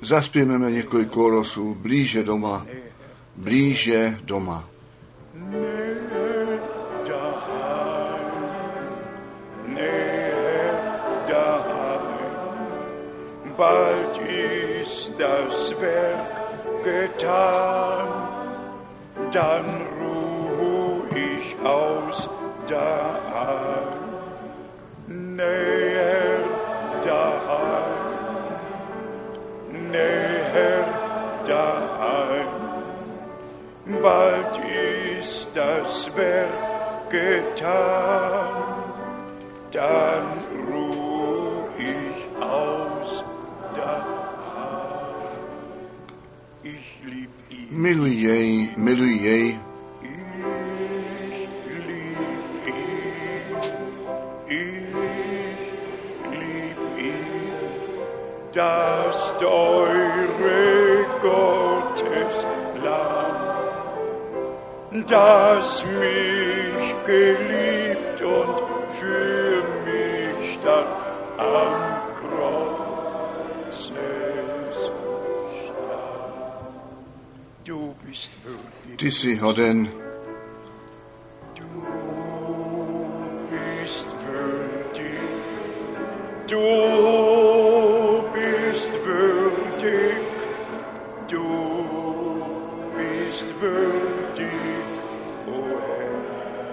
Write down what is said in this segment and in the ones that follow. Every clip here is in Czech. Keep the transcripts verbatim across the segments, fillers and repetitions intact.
zaspějeme několik kórosů, blíže doma, blíže doma. Bald ist das Werk getan, dann ruh ich aus daheim, näher daheim, näher daheim. Bald ist das Werk getan, dann ruh ich aus daheim. Ich lieb ihn. Miluj jej, miluj jej. Ich lieb ihn. Ich lieb ihn. Das teure Gottes Lamm, das mich geliebt und für mich stand am Kreuz. Du bist würdig. Ty jsi hoden. Du bist würdig. Du bist würdig. Du bist würdig, o Herr,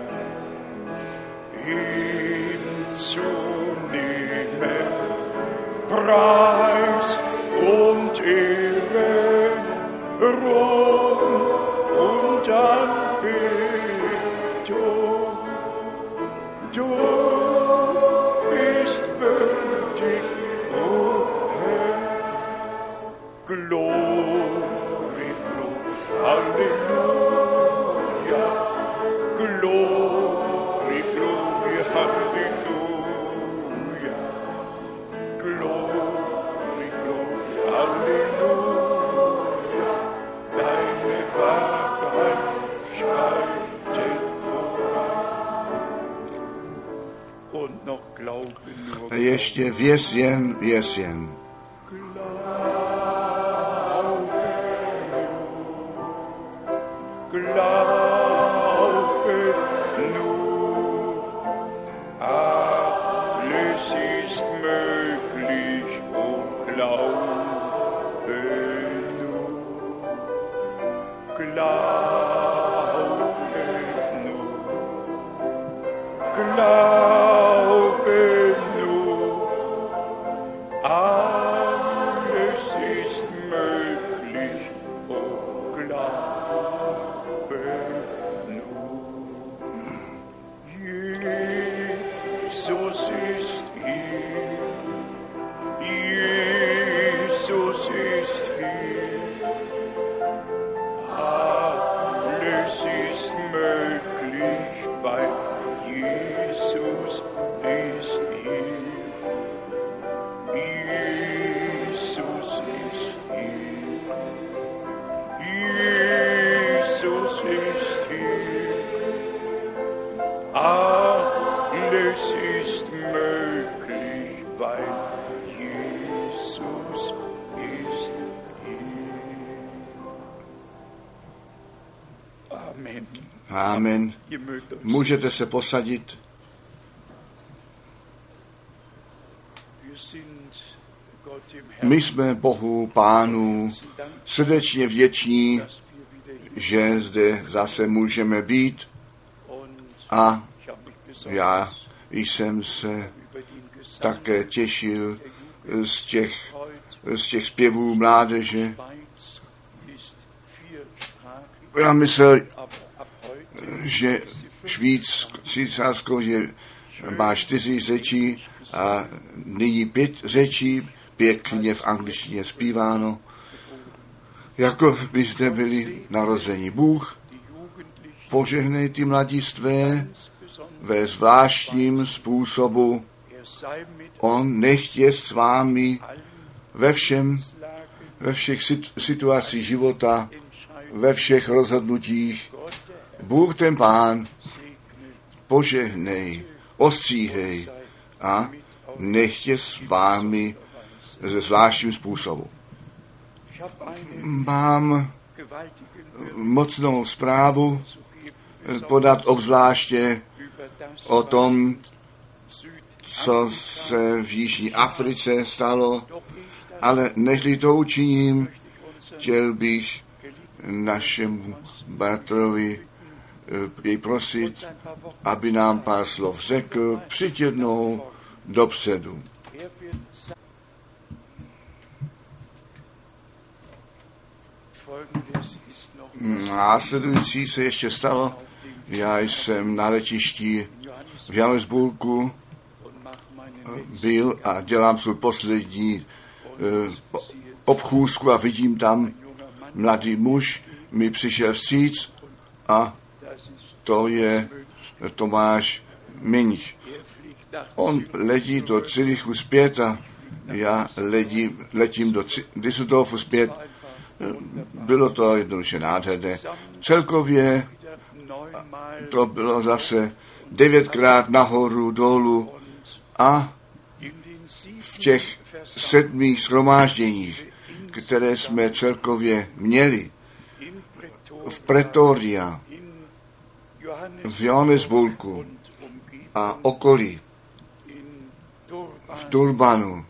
hinzunehmen Preis und Ehre, Ruhm und Anbetung. Du bist würdig, o Herr. Glory, glory, Halleluja. Glory, glory, Halleluja. Glory, glory, Halleluja. Deine Wahrheit schreitet voran. Und noch Glaube nur. A ještě věř jen, věř jen. Glaube nur, alles ist möglich, o Glaube nur, Glaube nur, Glaube nur, alles ist möglich, o Glaube. Jesus ist hier, Jesus ist hier, alles ist möglich, weil Jesus ist hier, Jesus ist hier, Jesus ist hier, alles ist möglich, weil Jesus ist hier. Amen. Amen. Můžete se posadit. My jsme Bohu, Pánu, srdečně vděční, že zde zase můžeme být a já jsem se také těšil z těch, z těch zpěvů mládeže. Já myslel, že Švýcarsko že má čtyři řečí a nyní pět řečí, pěkně v angličtině zpíváno, jako by zde byli narození. Bůh požehnej ty mladistvé ve zvláštním způsobu. On nechť je s vámi ve všem, ve všech situacích života, ve všech rozhodnutích. Bůh ten Pán požehnej, ostříhej a nechť je s vámi ze zvláštním způsobu. mám mocnou zprávu podat obzvláště o tom, co se v Jižní Africe stalo, ale nežli to učiním, chtěl bych našemu bratrovi jej prosit, aby nám pár slov řekl, přijď jednou dopředu. Následující se ještě stalo. Já jsem na letišti v Johannesburgu byl a dělám svůj poslední eh, obchůzku a vidím tam mladý muž, mi přišel vstříc a to je Tomáš Minch. On letí do Zürichu zpět a já letím, letím do Düsseldorfu zpět. Bylo to jednoduše nádherné. Celkově to bylo zase devětkrát nahoru, dolů a v těch sedmi shromážděních, které jsme celkově měli v Pretoria, v Johannesburgu a okolí, v Turbanu,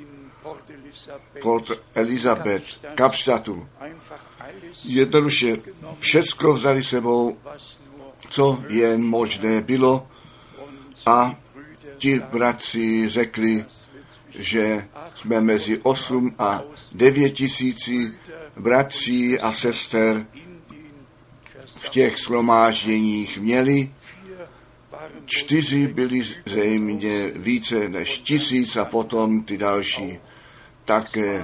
Port Elizabeth, Kapstadtu. Jednoduše všecko vzali sebou, co jen možné bylo a ti bratři řekli, že jsme mezi osm a devět tisíci bratří a sester v těch shromážděních měli. Čtyři byli zřejmě více než tisíc a potom ty další také.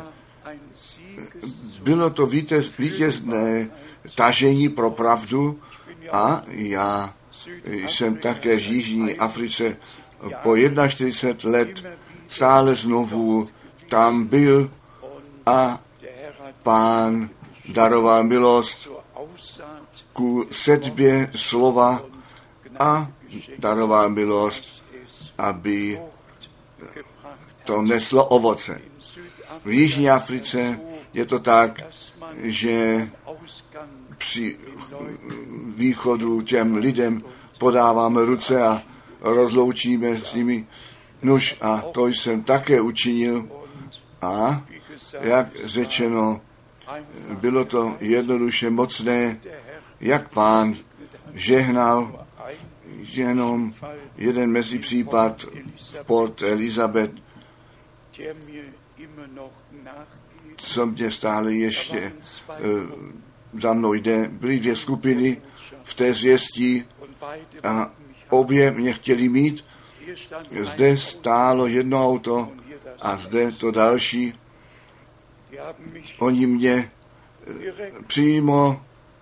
Bylo to vítěz, vítězné tažení pro pravdu a já jsem také v Jižní Africe po čtyřicet jedna let stále znovu tam byl a Pán daroval milost ku setbě slova a daroval milost, aby to neslo ovoce. V Jižní Africe je to tak, že při východu těm lidem podáváme ruce a rozloučíme s nimi. Nuž a to jsem také učinil a jak řečeno, bylo to jednoduše mocné, jak Pán žehnal, jenom jeden mezi případ v Port Elizabeth, co mě stále ještě e, za mnou jde. Byly dvě skupiny v té zvěstí a obě mě chtěli mít. Zde stálo jedno auto a zde to další. Oni mě přímo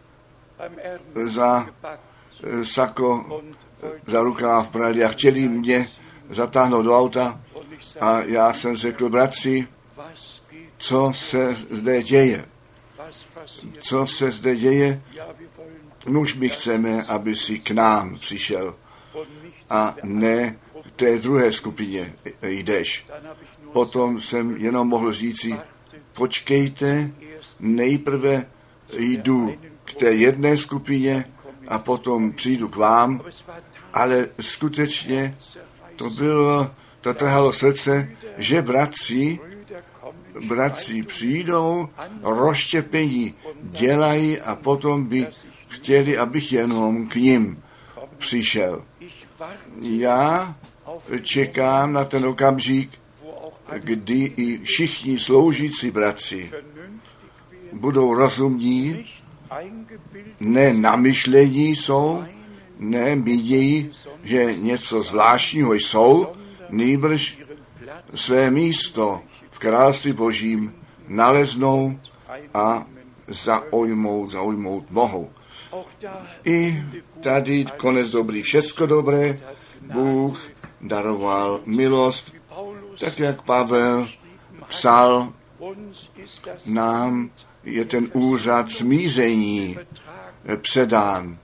za sako, za rukáv brali a chtěli mě zatáhnout do auta a já jsem řekl, bratři, co se zde děje? Co se zde děje? Nuž my chceme, aby si k nám přišel a ne k té druhé skupině jdeš. Potom jsem jenom mohl říci, počkejte, nejprve jdu k té jedné skupině a potom přijdu k vám, ale skutečně to bylo, to trhalo srdce, že bratři, bratři přijdou, rozštěpení dělají a potom by chtěli, abych jenom k nim přišel. Já čekám na ten okamžik, kdy i všichni sloužící bratři budou rozumní, ne namyšlení jsou, ne mínějí, že něco zvláštního jsou, nýbrž své místo v království Božím naleznou a zaujmout, zaujmout mohou. I tady konec dobrý, všecko dobré, Bůh daroval milost, tak jak Pavel psal, nám je ten úřad smíření předán.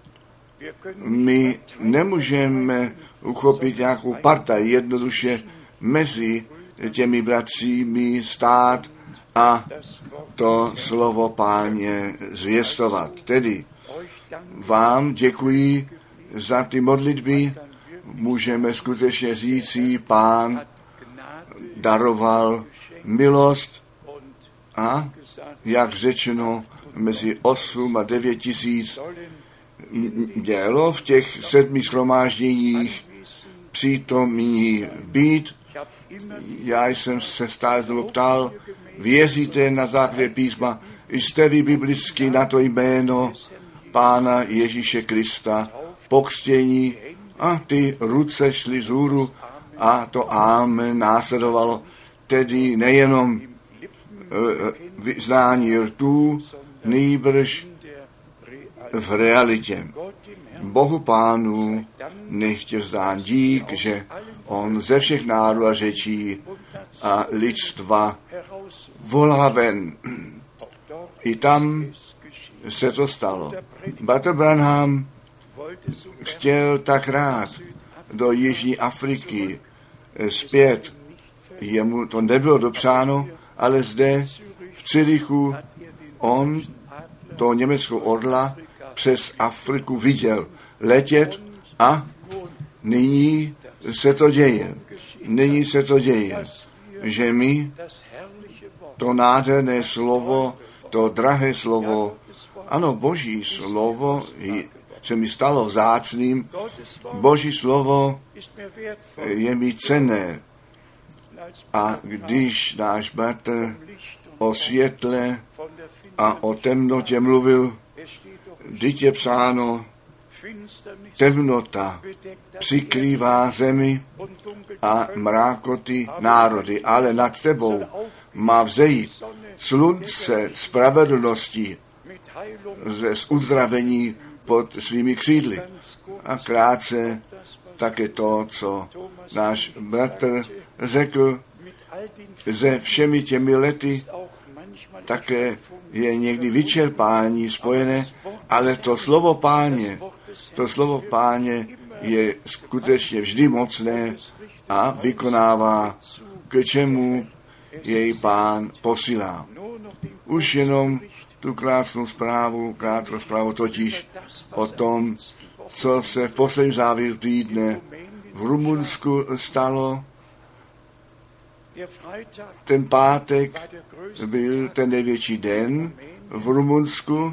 My nemůžeme uchopit nějakou partaj, jednoduše mezi těmi bratřími stát a to slovo Páně zvěstovat. Tedy vám děkuji za ty modlitby. Můžeme skutečně říci, Pán daroval milost a, jak řečeno, mezi osm a devět tisíc mělo v těch sedmi shromážděních přítomní být. Já jsem se stále znovu ptal, věříte na základě písma, jste vy biblicky na to jméno Pána Ježíše Krista, pokřtění, a ty ruce šly vzhůru a to amen následovalo, tedy nejenom vyznání rtů, nýbrž v realitě. Bohu Pánu nechť vzdán dík, že on ze všech národů a řečí a lidstva volá ven. I tam se to stalo. Bratr Branham chtěl tak rád do Jižní Afriky zpět. Jemu to nebylo dopřáno, ale zde v Cyrichu on to německou orla přes Afriku viděl letět a nyní se to děje. Nyní se to děje, že my to nádherné slovo, to drahé slovo, ano, Boží slovo se mi stalo vzácným, Boží slovo je mi cenné. A když náš bratr o světle a o temnotě mluvil, vždyť je psáno, temnota přikrývá zemi a mrákoty národy, ale nad tebou má vzejít slunce spravedlnosti ze uzdravení pod svými křídly. A krátce také to, co náš bratr řekl, se všemi těmi lety také je někdy vyčerpání spojené, ale to slovo Páně, to slovo Páně je skutečně vždy mocné a vykonává, k čemu jej Pán posílá. Už jenom tu krásnou zprávu, krátkou zprávu totiž o tom, co se v posledním závěru týdne v Rumunsku stalo. Ten pátek byl ten největší den v Rumunsku,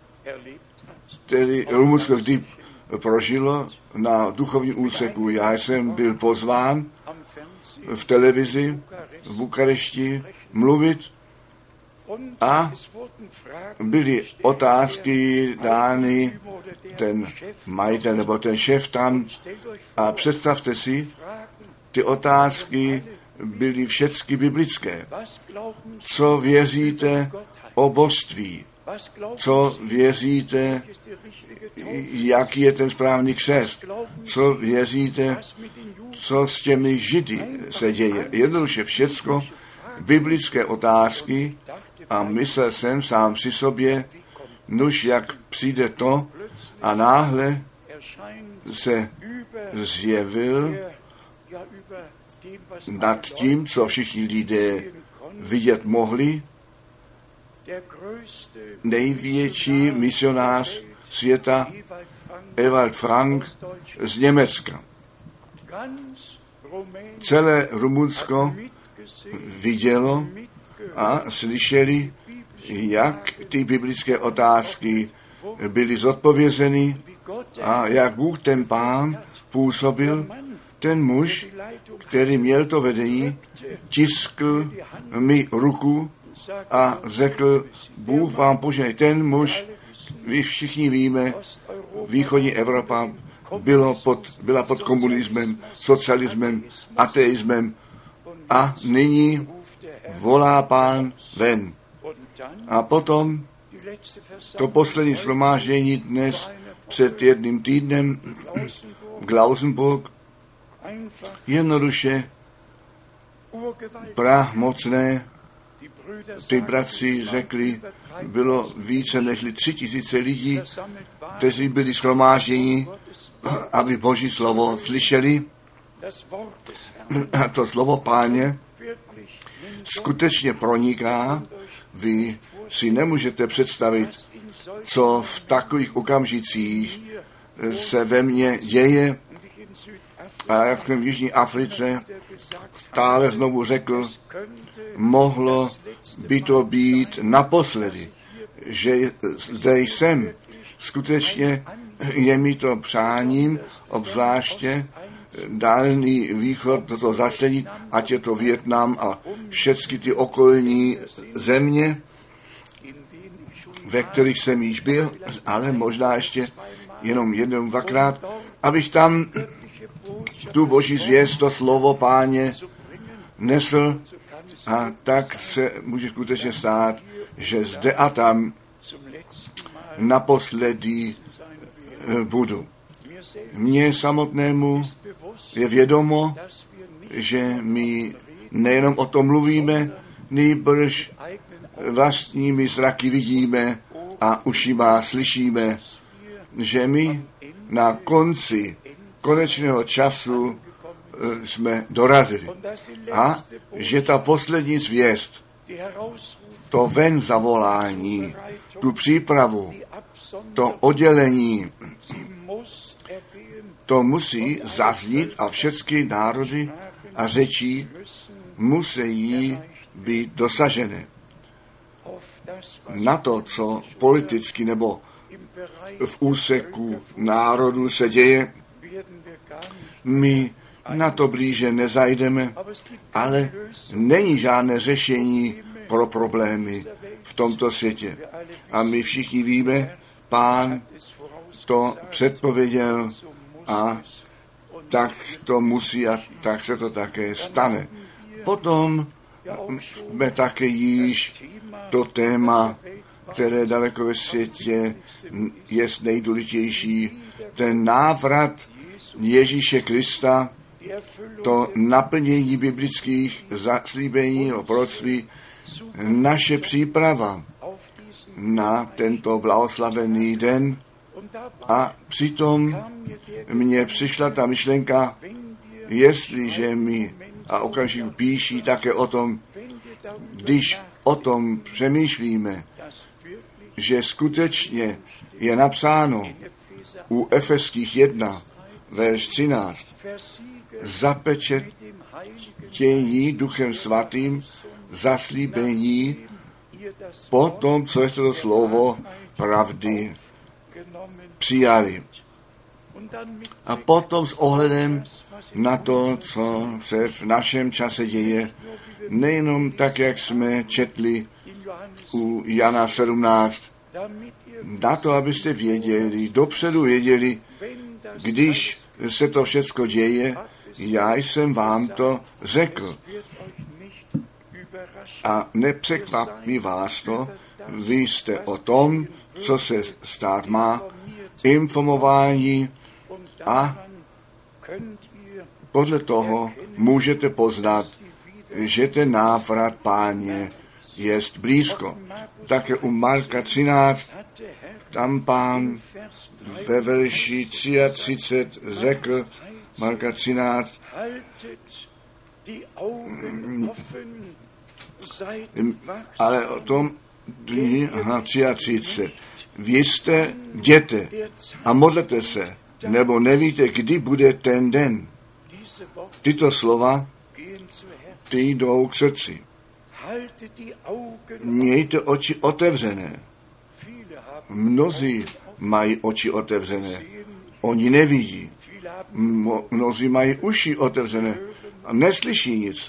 tedy Rumunsko kdy prožilo na duchovním úseku. Já jsem byl pozván v televizi v Bukarešti mluvit a byly otázky dány ten majitel nebo ten šéf tam a představte si, ty otázky byly všechny biblické. Co věříte o božství? Co věříte, jaký je ten správný křest? Co věříte, co s těmi Židy se děje? Jednoduše všecko biblické otázky a myslel jsem sám při sobě, nuž jak přijde to a náhle se zjevil nad tím, co všichni lidé vidět mohli, největší misionář světa Ewald Frank z Německa. Celé Rumunsko vidělo a slyšeli, jak ty biblické otázky byly zodpovězeny a jak Bůh ten Pán působil. Ten muž, který měl to vedení, tiskl mi ruku a řekl, Bůh vám požehnej. Ten muž, vy všichni víme, východní Evropa bylo pod, byla pod komunismem, socialismem, ateismem a nyní volá Pán ven. A potom to poslední shromáždění dnes před jedním týdnem v Klausenburg jednoduše prahmocné, ty bratři řekli, bylo více než tři tisíce lidí, kteří byli shromážděni, aby Boží slovo slyšeli. A to slovo Páně skutečně proniká Vy si nemůžete představit, co v takových okamžicích se ve mně děje. A jak jsem v Jižní Africe stále znovu řekl, mohlo by to být naposledy, že zde jsem. Skutečně je mi to přáním, obzvláště Dálný východ do toho začlenit, ať je to Vietnam a všechny ty okolní země, ve kterých jsem již byl, ale možná ještě jenom jednou, dvakrát, abych tam tu boží zvěst, to slovo Páně nesl, a tak se může skutečně stát, že zde a tam naposledy budu. Mně samotnému je vědomo, že my nejenom o tom mluvíme, nýbrž vlastními zraky vidíme a ušima slyšíme, že my na konci konečného času jsme dorazili. A že ta poslední zvěst, to ven zavolání, tu přípravu, to oddělení, to musí zaznít a všechny národy a řeči musí být dosažené. Na to, co politicky nebo v úseku národů se děje, my na to blíže nezajdeme, ale není žádné řešení pro problémy v tomto světě. A my všichni víme, Pán to předpověděl a tak to musí a tak se to také stane. Potom jsme také již to téma, které daleko ve světě je nejdůležitější, ten návrat Ježíše Krista, to naplnění biblických zaslíbení o proroctví, naše příprava na tento blahoslavený den. A přitom mně přišla ta myšlenka, jestliže mi, a okamžitě píší také o tom, když o tom přemýšlíme, že skutečně je napsáno u Efeských jedna, verš třináct, zapečetění Duchem Svatým zaslíbení po tom, co je to slovo pravdy přijali. A potom s ohledem na to, co se v našem čase děje, nejenom tak, jak jsme četli u Jana sedmnáct, na to, abyste věděli, dopředu věděli, když se to všecko děje, já jsem vám to řekl. A nepřekvapí vás to, vy jste o tom, co se stát má, informování a podle toho můžete poznat, že ten návrat Páně je blízko. Také u Marka třináct, tam Pán ve verši třicet tři řekl, Marka třináct, ale o tom dní, aha, třicet tři, vy jste jděte a modlete se, nebo nevíte, kdy bude ten den. Tyto slova, ty jdou k srdci. Mějte oči otevřené. Mnozí mají oči otevřené. Oni nevidí. Mnozí mají uši otevřené a neslyší nic.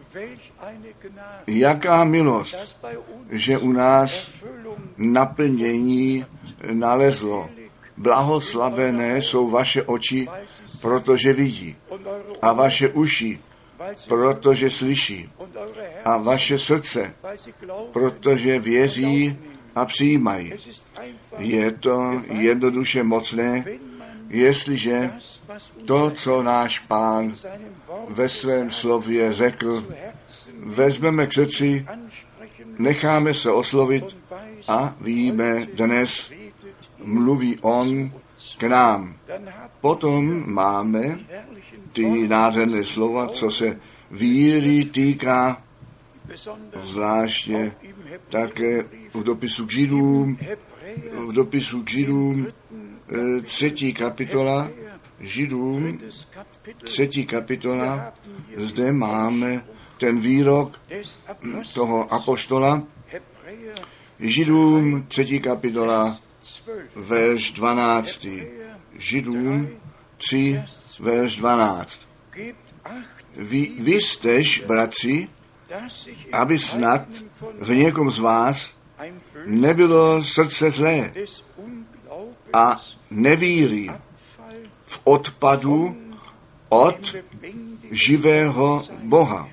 Jaká milost, že u nás naplnění nalezlo. Blahoslavené jsou vaše oči, protože vidí, a vaše uši, protože slyší, a vaše srdce, protože věří a přijímají. Je to jednoduše mocné, jestliže to, co náš Pán ve svém slově řekl, vezmeme k srdci, necháme se oslovit a víme, dnes mluví on k nám. Potom máme ty nádherné slova, co se víry týká, zvláště také v dopisu k Židům, v dopisu k Židům, třetí kapitola, Židům, třetí kapitola, zde máme ten výrok toho apoštola, Židům, třetí kapitola, verš dvanáctý. Židům tři, verš dvanáct. Vy, vy jstež, bratři, aby snad v někom z vás nebylo srdce zlé a nevíry v odpadu od živého Boha.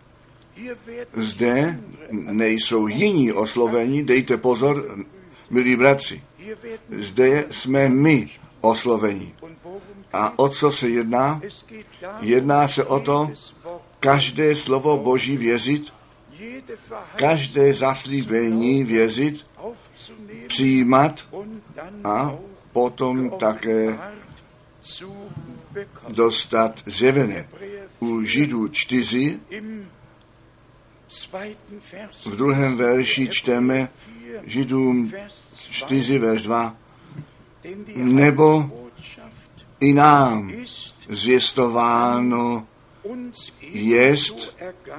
Zde nejsou jiní osloveni, dejte pozor, milí bratři. Zde jsme my osloveni. A o co se jedná? Jedná se o to, každé slovo Boží věřit, každé zaslíbení věřit, přijímat a potom také dostat zjevené. U Židů čtyři v druhém verši čteme Židům čtyři, verš dva. Nebo i nám zvěstováno jest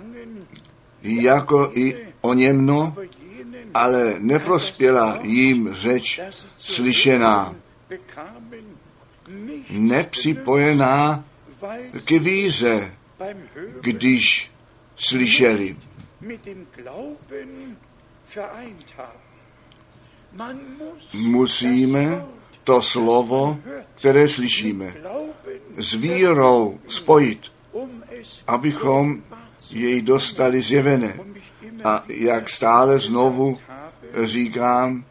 jako i o němno, ale neprospěla jim řeč slyšená, nepřipojená k víře, když slyšeli. Musíme to slovo, které slyšíme, s vírou spojit, abychom jej dostali zjevené. A jak stále znovu říkám,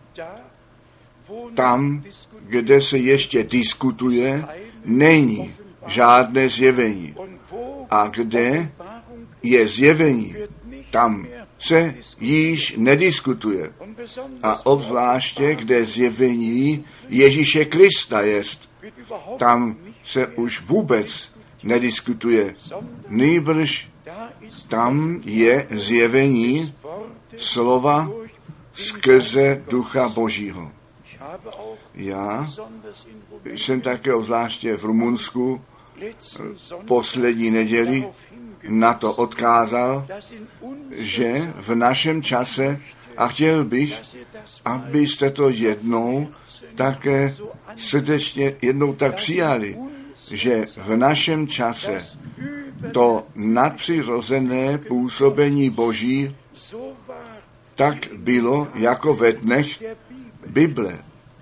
tam, kde se ještě diskutuje, není žádné zjevení. A kde je zjevení, tam se již nediskutuje. A obzvláště, kde zjevení Ježíše Krista jest, tam se už vůbec nediskutuje. Nýbrž tam je zjevení slova skrze Ducha Božího. Já jsem také obzvláště v Rumunsku poslední neděli na to odkázal, že v našem čase, a chtěl bych, abyste to jednou také srdečně jednou tak přijali, že v našem čase to nadpřirozené působení Boží tak bylo jako ve dnech Bible.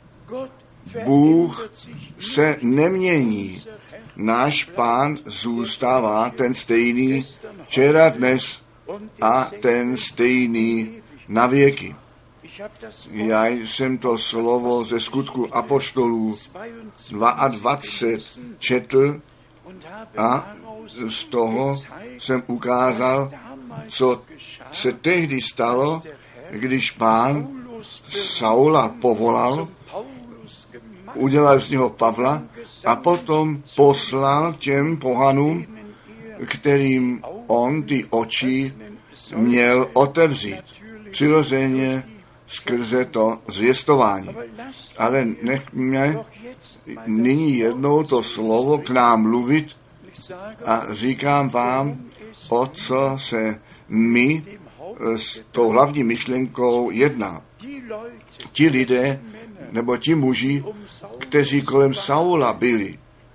Bůh se nemění. Náš Pán zůstává ten stejný včera, dnes a ten stejný na věky. Já jsem to slovo ze Skutku apoštolů dvacet dva četl a z toho jsem ukázal, co se tehdy stalo, když Pán Saula povolal, udělal z něho Pavla a potom poslal těm pohanům, kterým on ty oči měl otevřít. Přirozeně skrze to zvěstování. Ale nechme nyní jednou to slovo k nám mluvit a říkám vám, o co se my s tou hlavní myšlenkou jedná. Ti lidé, nebo ti muži, kteří kolem Saula byli,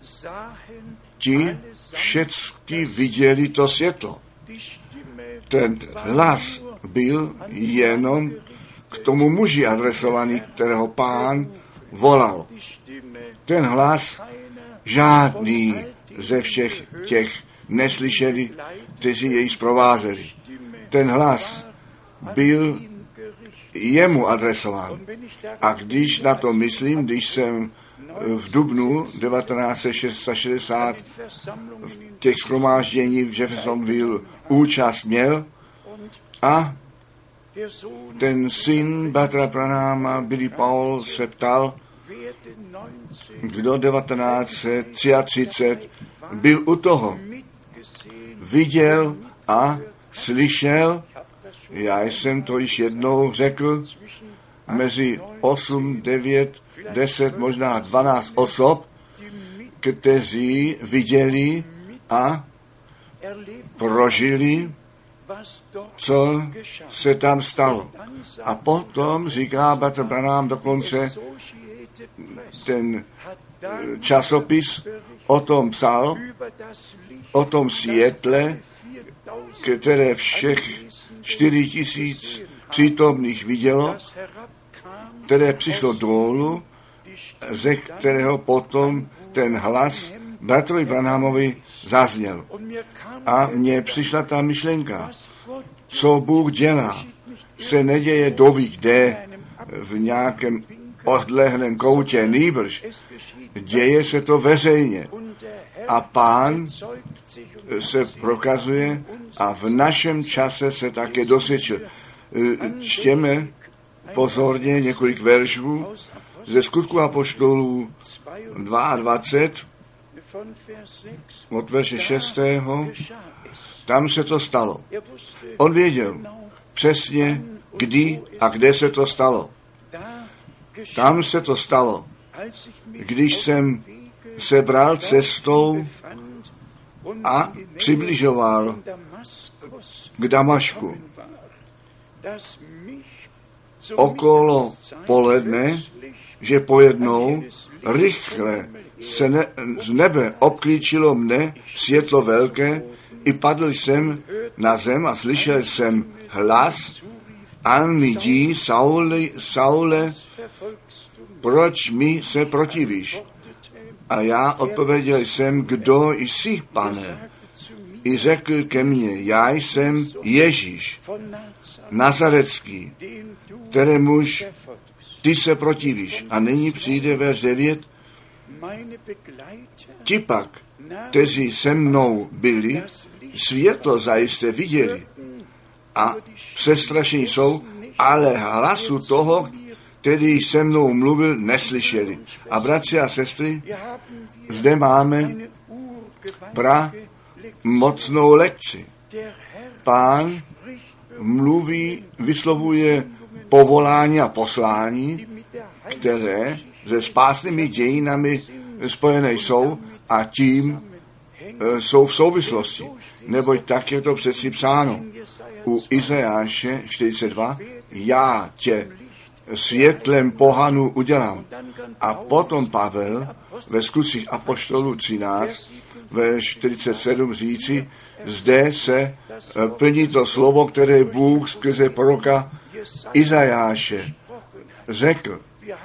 ti všecky viděli to světlo. Ten hlas byl jenom k tomu muži adresovaný, kterého Pán volal. Ten hlas žádný ze všech těch neslyšeli, kteří jej zprovázeli. Ten hlas byl jemu adresován. A když na to myslím, když jsem v dubnu devatenáct set šedesát v těch shromáždění v Jeffersonville účast měl a ten syn Batra Branhama, Billy Paul, se ptal, kdo devatenáct set třicet tři byl u toho. Viděl a slyšel Já jsem to již jednou řekl, mezi osm, devět, deset, možná dvanáct osob, kteří viděli a prožili, co se tam stalo. A potom říká Bratr Branham dokonce, ten časopis o tom psal, o tom světle, které všech čtyři tisíc přítomných vidělo, které přišlo dolů, ze kterého potom ten hlas bratrovi Branhamovi zazněl. A mně přišla ta myšlenka, co Bůh dělá, se neděje doví kde, v nějakém odlehlém koutě, nýbrž děje se to veřejně. A Pán se prokazuje a v našem čase se také dosvědčil. Čtěme pozorně několik veršů ze Skutku apoštolů dvacet dva, od verše šestého Tam se to stalo. On věděl přesně, kdy a kde se to stalo. Tam se to stalo, když jsem se bral cestou a přibližoval k Damašku. Okolo poledne, že pojednou rychle se ne, z nebe obklíčilo mne světlo velké, i padl jsem na zem a slyšel jsem hlas: An mi dí, Saule, Saule, proč mi se protivíš? A já odpověděl jsem: Kdo jsi, Pane? I řekl ke mně: Já jsem Ježíš, Nazarecký, kterémuž ty se protivíš. A nyní přijde verš devět. Ti pak, kteří se mnou byli, světlo zajisté viděli a přestrašení jsou, ale hlasu toho, který se mnou mluvil, neslyšeli. A bratři a sestry, zde máme pra mocnou lekci. Pán mluví, vyslovuje povolání a poslání, které se spásnými dějinami spojené jsou a tím e, jsou v souvislosti. Neboť tak je to přeci psáno u Izajáše čtyřicet dva, já tě světlem pohanu udělám. A potom Pavel ve Skutcích apoštolů třináct, ve čtyřicet sedm říci, zde se plní to slovo, které Bůh skrze proroka Izajáše řekl.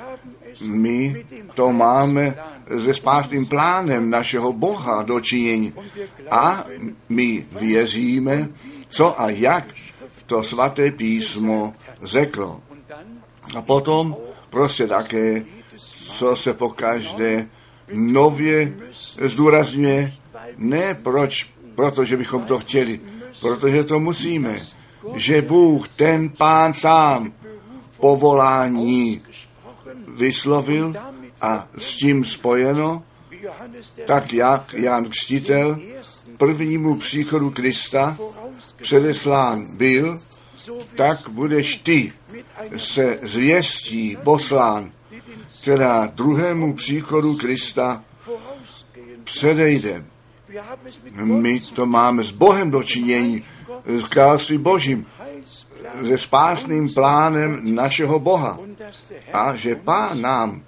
My to máme se spásným plánem našeho Boha dočinění a my věříme, co a jak to svaté písmo řeklo. A potom prostě také, co se pokaždé nově zdůrazňuje, ne proč, protože bychom to chtěli, protože to musíme, že Bůh, ten Pán sám, povolání vyslovil a s tím spojeno, tak jak Jan Křtitel prvnímu příchodu Krista předeslán byl, tak budeš ty se zvěstí poslán, která druhému příchodu Krista předejde. My to máme s Bohem dočinění, s královstvím Božím, se spásným plánem našeho Boha. A že Pán nám,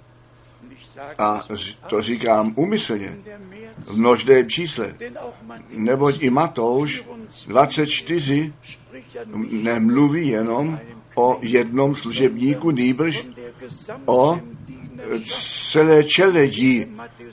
a to říkám úmyslně, v množném čísle, neboť i Matouš dvacet čtyři nemluví jenom o jednom služebníku, nýbrž o celé čeledí,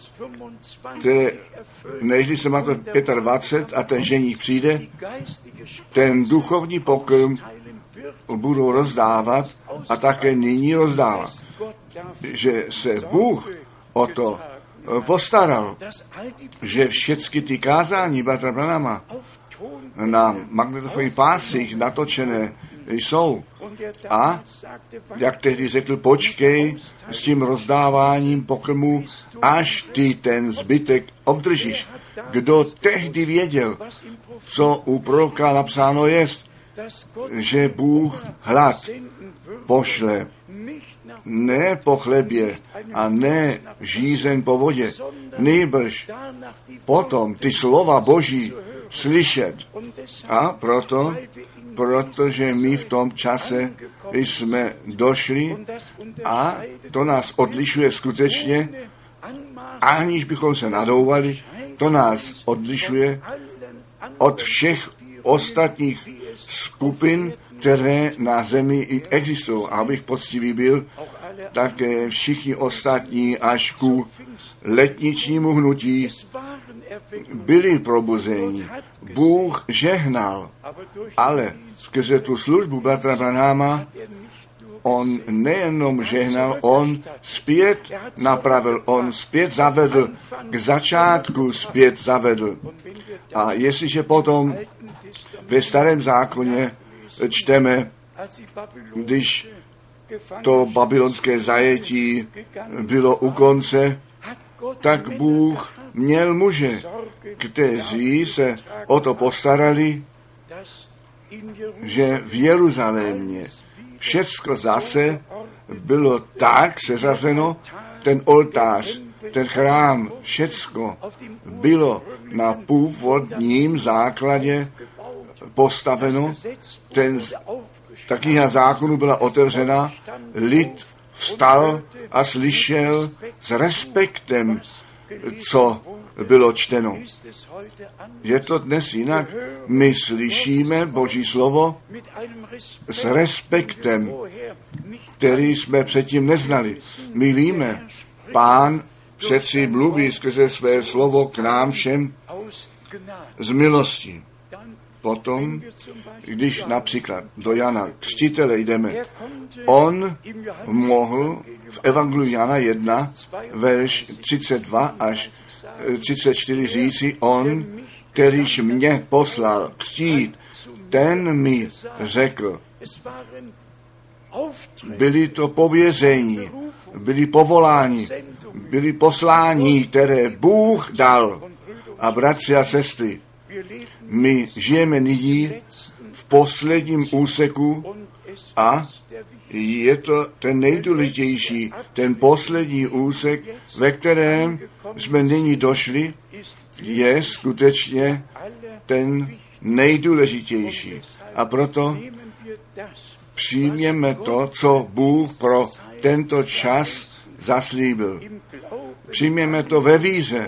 které, než se Matouš dvacet pět a ten ženích přijde, ten duchovní pokrm budou rozdávat a také nyní rozdávat. Že se Bůh o to postaral, že všechny ty kázání bratra Branhama na magnetofonních pásích natočené jsou. A jak tehdy řekl, počkej s tím rozdáváním pokrmu, až ty ten zbytek obdržíš. Kdo tehdy věděl, co u proroka napsáno jest, že Bůh hlad pošle ne po chlebě a ne žízeň po vodě, nýbrž potom ty slova Boží slyšet. A proto, protože my v tom čase jsme došli a to nás odlišuje skutečně, aniž bychom se nadouvali, to nás odlišuje od všech ostatních skupin, které na zemi existují. Abych poctivý byl, také všichni ostatní až ku letničnímu hnutí byli probuzeni. Bůh žehnal, ale skrze tu službu bratra Branhama on nejenom žehnal, on zpět napravil, on zpět zavedl, k začátku zpět zavedl. A jestliže potom ve Starém zákoně čteme, když to babylonské zajetí bylo u konce, tak Bůh měl muže, kteří se o to postarali, že v Jeruzalémě všecko zase bylo tak seřazeno, ten oltář, ten chrám, všecko bylo na původním základě postaveno, ten, ta kniha zákonu byla otevřena, lid vstal a slyšel s respektem, co bylo čteno. Je to dnes jinak? My slyšíme Boží slovo s respektem, který jsme předtím neznali. My víme, Pán přeci mluví skrze své slovo k nám všem z milosti. Potom, když například do Jana Křtitele jdeme, on mohl v Evangeliu Jana jedna, verš třicet dva až třicet čtyři říci, on, kterýž mě poslal křtít, ten mi řekl. Byli to pověření, byli povoláni, byli poslání, které Bůh dal. A bratři a sestry, my žijeme nyní v posledním úseku a je to ten nejdůležitější, ten poslední úsek, ve kterém jsme nyní došli, je skutečně ten nejdůležitější. A proto přijměme to, co Bůh pro tento čas zaslíbil. Přijměme to ve víře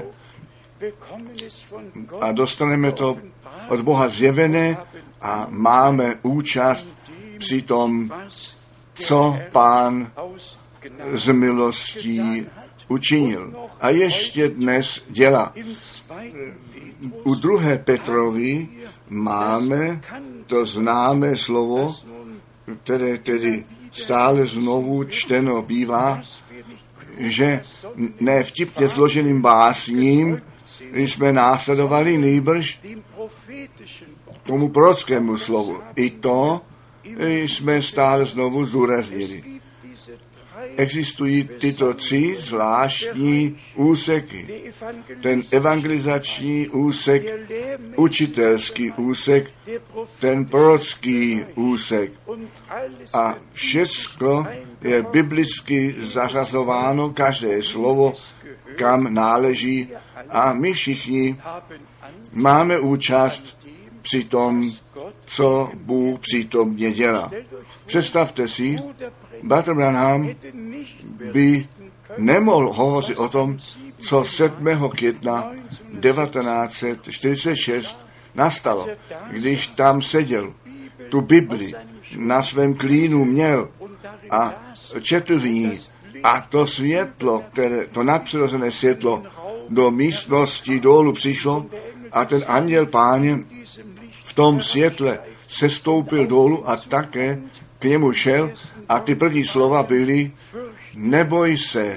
a dostaneme to od Boha zjevené a máme účast při tom, co Pán z milostí učinil. A ještě dnes dělá. U druhé Petrovi máme to známé slovo, které tedy stále znovu čteno bývá, že ne vtipně složeným básním jsme následovali, nýbrž tomu prorockému slovu. I to jsme stále znovu zdůraznili. Existují tyto tři zvláštní úseky. Ten evangelizační úsek, učitelský úsek, ten prorocký úsek. A všecko je biblicky zařazováno, každé slovo, kam náleží. A my všichni máme účast při tom, co Bůh přítomně dělá. Představte si, bratr Branham by nemohl hovořit o tom, co sedmého května devatenáct set čtyřicet šest nastalo, když tam seděl, tu Bibli na svém klínu měl a četl v ní. A to světlo, které, to nadpřirozené světlo do místnosti dolů přišlo a ten anděl Páně v tom světle sestoupil dolů a také k němu šel a ty první slova byly: neboj se,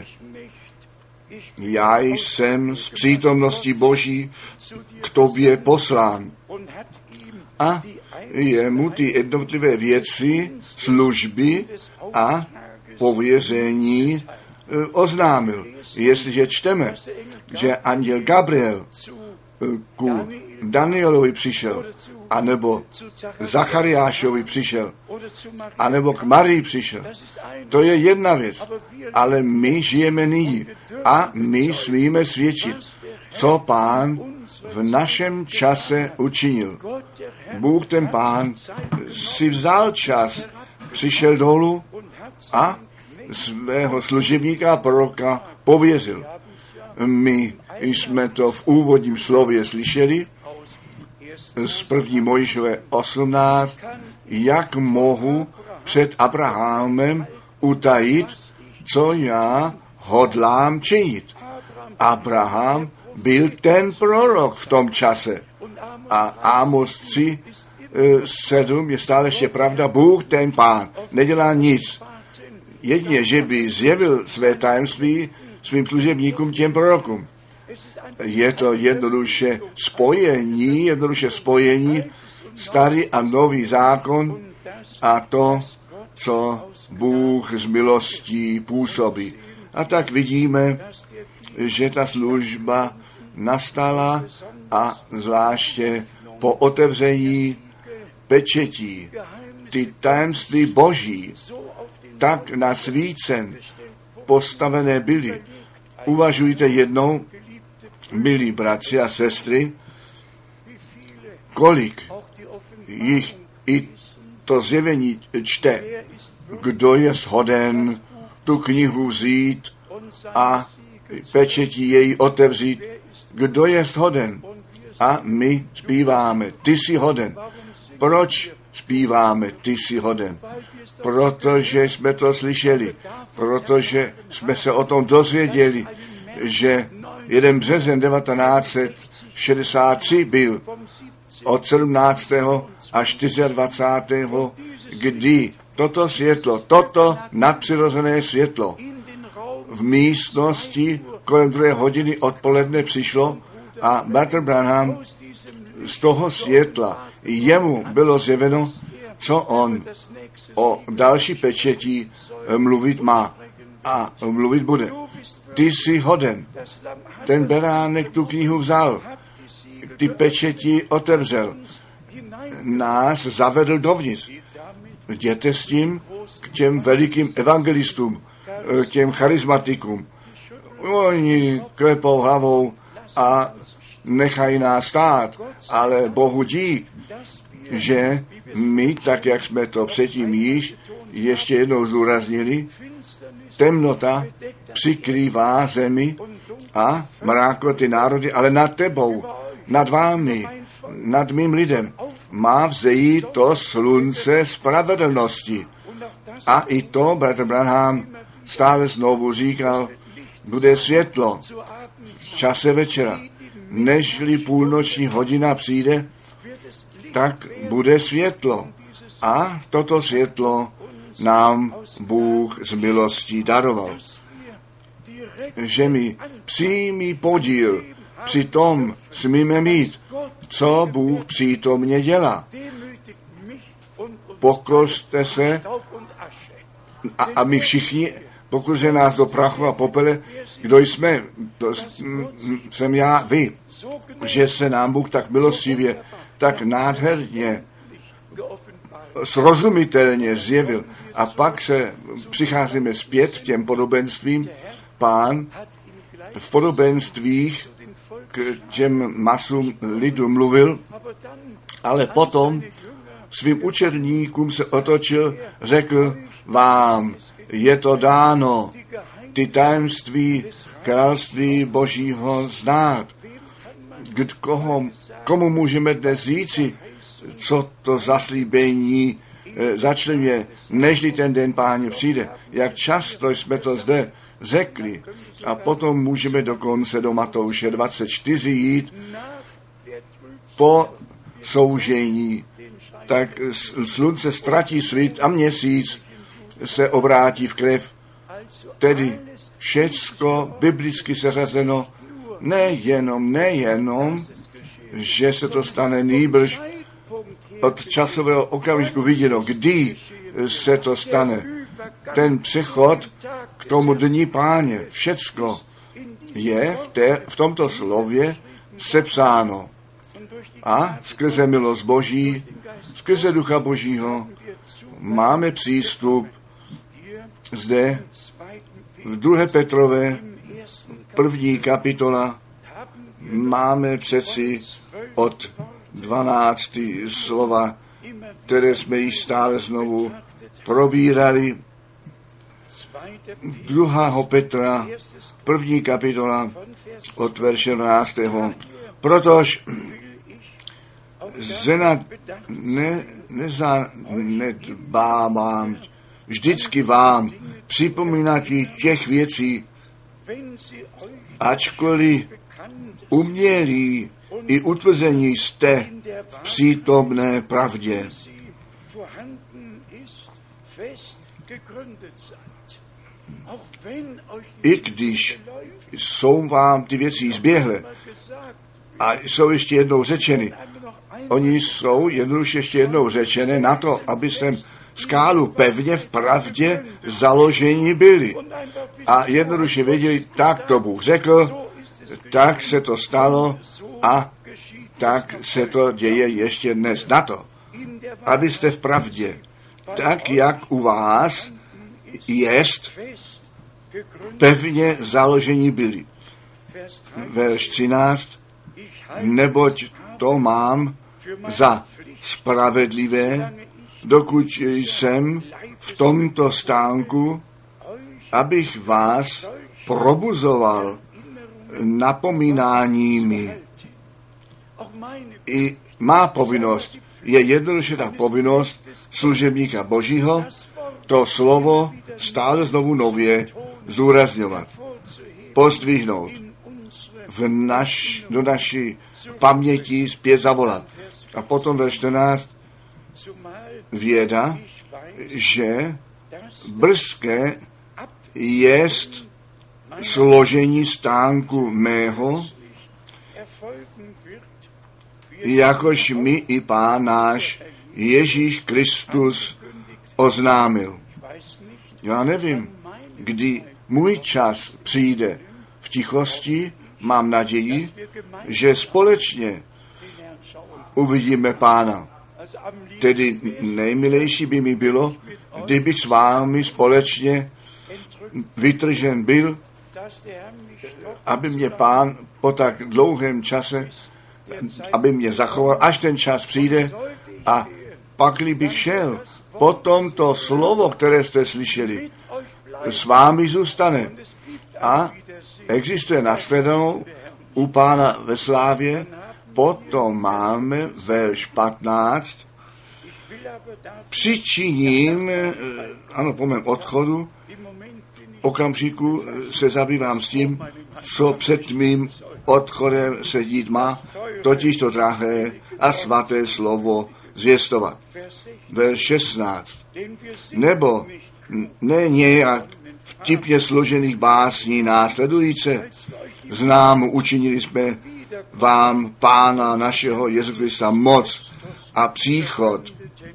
já jsem z přítomnosti Boží k tobě poslán. A jemu ty jednotlivé věci, služby a pověření oznámil. Jestliže čteme, že anděl Gabriel ku Danielovi přišel, anebo Zachariášovi přišel, anebo k Marii přišel. To je jedna věc, ale my žijeme nyní a my smíme svědčit, co Pán v našem čase učinil. Bůh ten Pán si vzal čas, přišel dolů a svého služebníka a proroka pověřil. My jsme to v úvodním slově slyšeli z první Mojžíšové osmnáct, jak mohu před Abrahamem utajit, co já hodlám činit. Abraham byl ten prorok v tom čase. A Amos tři sedm je stále ještě pravda, Bůh ten Pán nedělá nic. Jedině, že by zjevil své tajemství svým služebníkům, těm prorokům. Je to jednoduše spojení, jednoduše spojení, starý a nový zákon a to, co Bůh z milostí působí. A tak vidíme, že ta služba nastala a zvláště po otevření pečetí, ty tajemství Boží, tak na svícen postavené byly. Uvažujte jednou, milí bratři a sestry, kolik jich i to zjevení čte, kdo je shoden tu knihu vzít a pečetí její otevřít, kdo je shoden. A my zpíváme, ty jsi hoden. Proč zpíváme, ty jsi hoden? Protože jsme to slyšeli, protože jsme se o tom dozvěděli, že jeden březen devatenáct set šedesát tři byl od sedmnáctého až dvacátého čtvrtého kdy toto světlo, toto nadpřirozené světlo v místnosti kolem druhé hodiny odpoledne přišlo a bratr Branham z toho světla jemu bylo zjeveno, co on o další pečetí mluvit má a mluvit bude. Ty jsi hoden. Ten beránek tu knihu vzal, ty pečetí otevřel, nás zavedl dovnitř. Jděte s tím k těm velikým evangelistům, k těm charismatikům. Oni klepou hlavou a nechají nás stát, ale Bohu dík, že my, tak jak jsme to předtím již ještě jednou zdůraznili, temnota přikrývá zemi a mrákoty národy, ale nad tebou, nad vámi, nad mým lidem má vzejít to slunce spravedlnosti. A i to bratr Branham stále znovu říkal, bude světlo v čase večera. Nežli půlnoční hodina přijde, tak bude světlo. A toto světlo nám Bůh z milostí daroval. Že mi přímý podíl při tom smíme mít, co Bůh přítomně dělá. Pokořte se a, a my všichni, pokoře nás do prachu a popele, kdo jsme, to jsem já, vy, že se nám Bůh tak milostivě, tak nádherně, srozumitelně zjevil. A pak se přicházíme zpět k těm podobenstvím. Pán v podobenstvích k těm masům lidu mluvil, ale potom svým učedníkům se otočil, řekl vám, je to dáno, ty tajemství království Božího znát. K koho, komu můžeme dnes říci, co to zaslíbení e, začne, nežli ten den Páně přijde. Jak často jsme to zde řekli. A potom můžeme dokonce do Matouše dvacet čtyři jít po soužení. Tak slunce ztratí svit a měsíc se obrátí v krev. Tedy všecko biblicky seřazeno, nejenom, nejenom, že se to stane nýbrž od časového okamžiku viděno, kdy se to stane. Ten přechod k tomu dní Páně, všecko je v, té, v tomto slově sepsáno. A skrze milost Boží, skrze Ducha Božího máme přístup zde v druhé Petrové první kapitola. Máme přeci od dvanáctého slova, které jsme již stále znovu probírali. druhá Petra, první kapitola od verše dvanáctého Protož zena ne, nezanedbávám vždycky vám připomínat těch věcí, ačkoliv umělí i utvrzení jste v přítomné pravdě. I když jsou vám ty věci zběhle a jsou ještě jednou řečeny, oni jsou jednoduše ještě jednou řečené na to, aby jsem skálu pevně v pravdě založení byli. A jednoduše věděli, tak to Bůh řekl, tak se to stalo a tak se to děje ještě dnes na to, abyste v pravdě, tak jak u vás jest, pevně založení byli. Verš třináct Neboť to mám za spravedlivé, dokud jsem v tomto stánku, abych vás probuzoval napomínáními. I má povinnost je jednoduše ta povinnost služebníka Božího to slovo stále znovu nově zúrazňovat, pozdvihnout, v naš, do naší paměti zpět zavolat. A potom ve čtrnáct věda, že brzké jest složení stánku mého, jakož mi i Pán náš Ježíš Kristus oznámil. Já nevím, kdy můj čas přijde v tichosti, mám naději, že společně uvidíme Pána. Tedy nejmilejší by mi bylo, kdybych s vámi společně vytržen byl, aby mě Pán po tak dlouhém čase, aby mě zachoval, až ten čas přijde a pakli bych šel, potom to slovo, které jste slyšeli, s vámi zůstane. A existuje následnou u Pána ve slávě, potom máme verš patnáct, přičiním, ano, po mém odchodu, okamžiku se zabývám s tím, co před mým odchodem se dít má, totiž to drahé a svaté slovo zvěstovat. Verš šestnáct. Nebo ne nějak vtipně složených básní následující, známu učinili jsme vám Pána našeho Jezu Krista moc a příchod,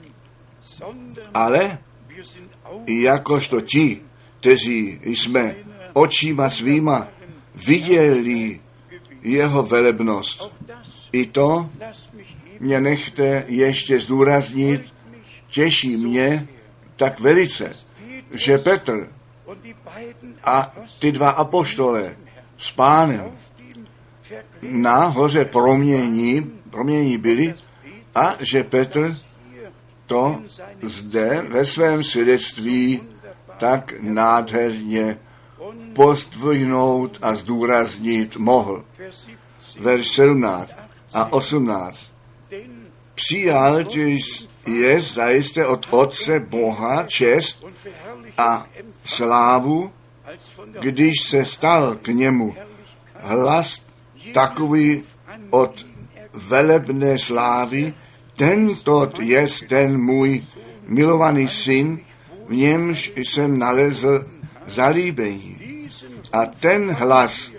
ale jakožto ti, kteří jsme očima svýma viděli jeho velebnost. I to mě nechte ještě zdůraznit, těší mě tak velice, že Petr a ty dva apoštole s Pánem na hoře promění, promění byli a že Petr to zde ve svém svědectví tak nádherně pozdvihnout a zdůraznit mohl. Verš sedmnáct a osmnáct. Přijal je zajisté od Otce Boha čest a slávu, když se stal k němu hlas takový od velebné slávy, tento je ten můj milovaný syn, v němž jsem nalezl zalíbení. A ten hlas,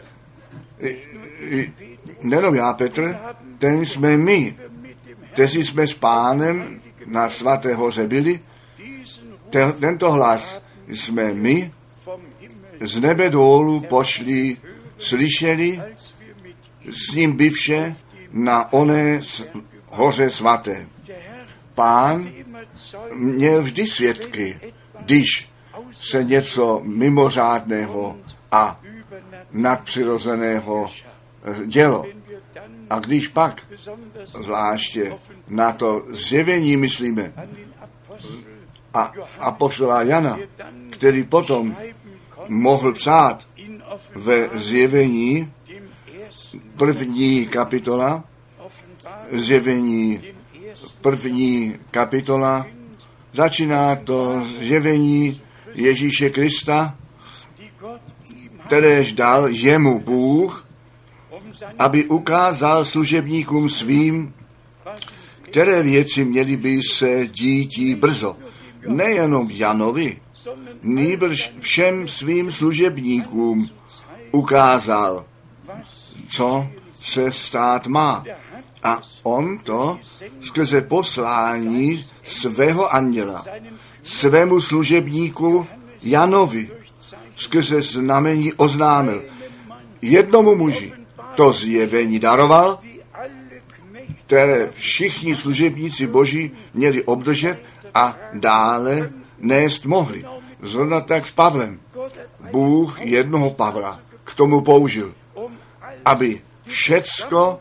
nejenom já, Petr, ten jsme my, kteří jsme s Pánem na svaté hoře byli, tento hlas jsme my z nebe dolů pošli, slyšeli, s ním byvše na oné hoře svaté. Pán měl vždy svědky, když se něco mimořádného a nadpřirozeného dělo. A když pak zvláště na to zjevení myslíme a apoštola Jana, který potom mohl psát ve zjevení první kapitola, zjevení první kapitola, začíná to zjevení Ježíše Krista, kteréž dal jemu Bůh, aby ukázal služebníkům svým, které věci měly by se dítí brzo. Nejenom Janovi, nýbrž všem svým služebníkům ukázal, co se stát má. A on to skrze poslání svého anděla, svému služebníku Janovi, skrze znamení oznámil. Jednomu muži to zjevení daroval, které všichni služebníci Boží měli obdržet a dále nést mohli. Zrovna tak s Pavlem. Bůh jednoho Pavla k tomu použil, aby všecko,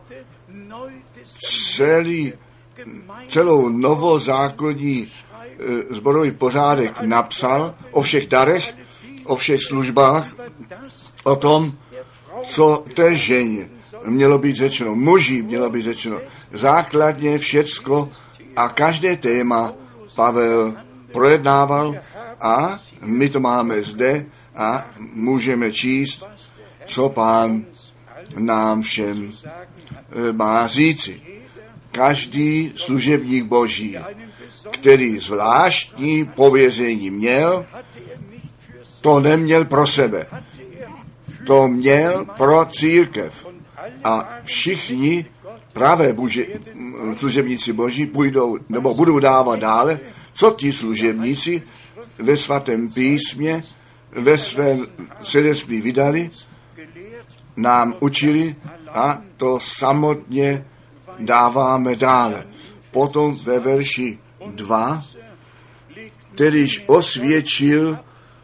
celý, celou novozákonní e, zborový pořádek napsal o všech darech, o všech službách, o tom, co té ženě mělo být řečeno, muži mělo být řečeno. Základně všecko a každé téma Pavel projednával a my to máme zde a můžeme číst, co Pán nám všem má říci. Každý služebník Boží, který zvláštní pověření měl, to neměl pro sebe. To měl pro církev. A všichni pravé buži, služebníci Boží půjdou, nebo budou dávat dále, co ti služebníci ve svatém písmě, ve svém svědectví vydali, nám učili a to samotně dáváme dále. Potom ve verši dva, kterýž osvědčil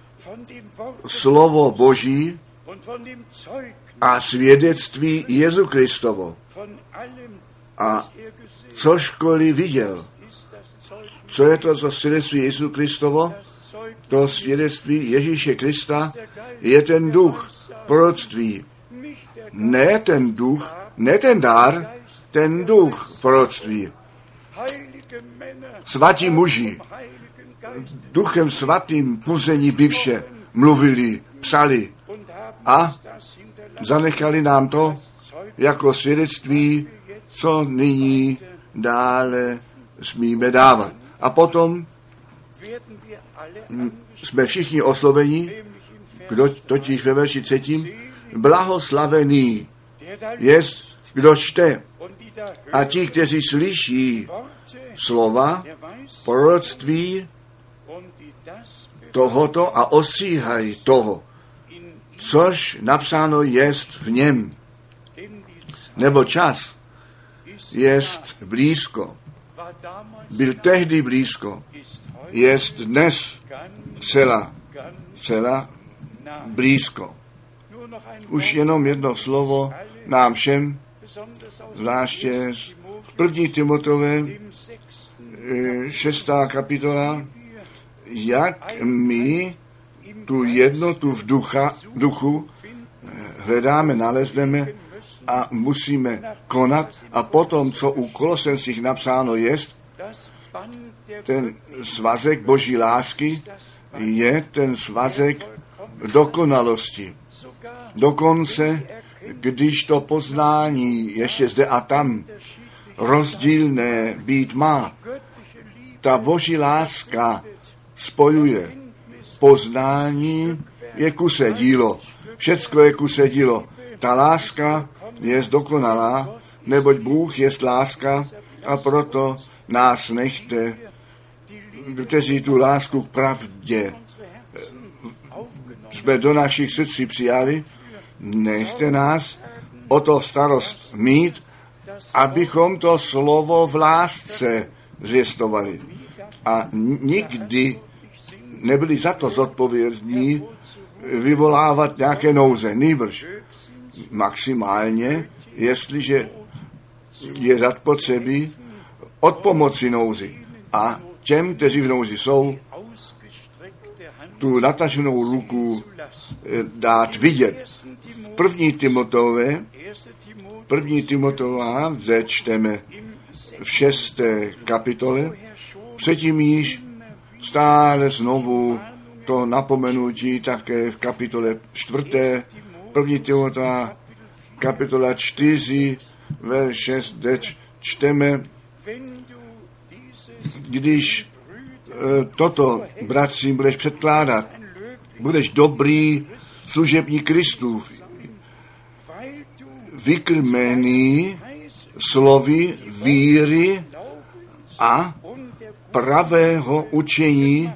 slovo Boží a svědectví Jezu Kristovo. A cožkoliv viděl, co je to za svědectví Jezu Kristovo? To svědectví Ježíše Krista je ten duch proroctví. Ne ten duch, ne ten dar, ten duch proroctví. Svatí muži, duchem svatým puzení bivše mluvili, psali a zanechali nám to jako svědectví, co nyní dále smíme dávat. A potom jsme všichni osloveni, kdo totiž ve verši třetím, blahoslavený jest, kdo čte, a ti, kteří slyší slova, proroctví tohoto a ostříhají toho, což napsáno jest v něm. Nebo čas jest blízko. Byl tehdy blízko. Jest dnes celá, celá blízko. Už jenom jedno slovo nám všem, zvláště v první Timotové, šestá kapitola, jak my tu jednotu v ducha, duchu hledáme, nalezneme a musíme konat. A potom, co u Kolosenských napsáno jest, ten svazek Boží lásky je ten svazek dokonalosti. Dokonce, když to poznání ještě zde a tam rozdílné být má, ta Boží láska spojuje. Poznání je kuse dílo. Všecko je kuse dílo. Ta láska je dokonalá, neboť Bůh je láska a proto nás nechte, kteří tu lásku k pravdě jsme do našich srdcí přijali, nechte nás o to starost mít, abychom to slovo v lásce zvěstovali. A nikdy nebyli za to zodpovědní vyvolávat nějaké nouze. Nýbrž maximálně, jestliže je zapotřebí od pomoci nouzi. A těm, kteří v nouzi jsou, tu nataženou ruku dát vidět. V první Timotové, první Timotová, zde čteme v šesté kapitole, předtím již stále znovu to napomenutí také v kapitole čtvrté, první Timotová, kapitola čtyři, verš šest, kde čteme, když toto, bratřím, budeš předkládat, budeš dobrý služebník Kristův, vykrmený slovy víry a pravého učení,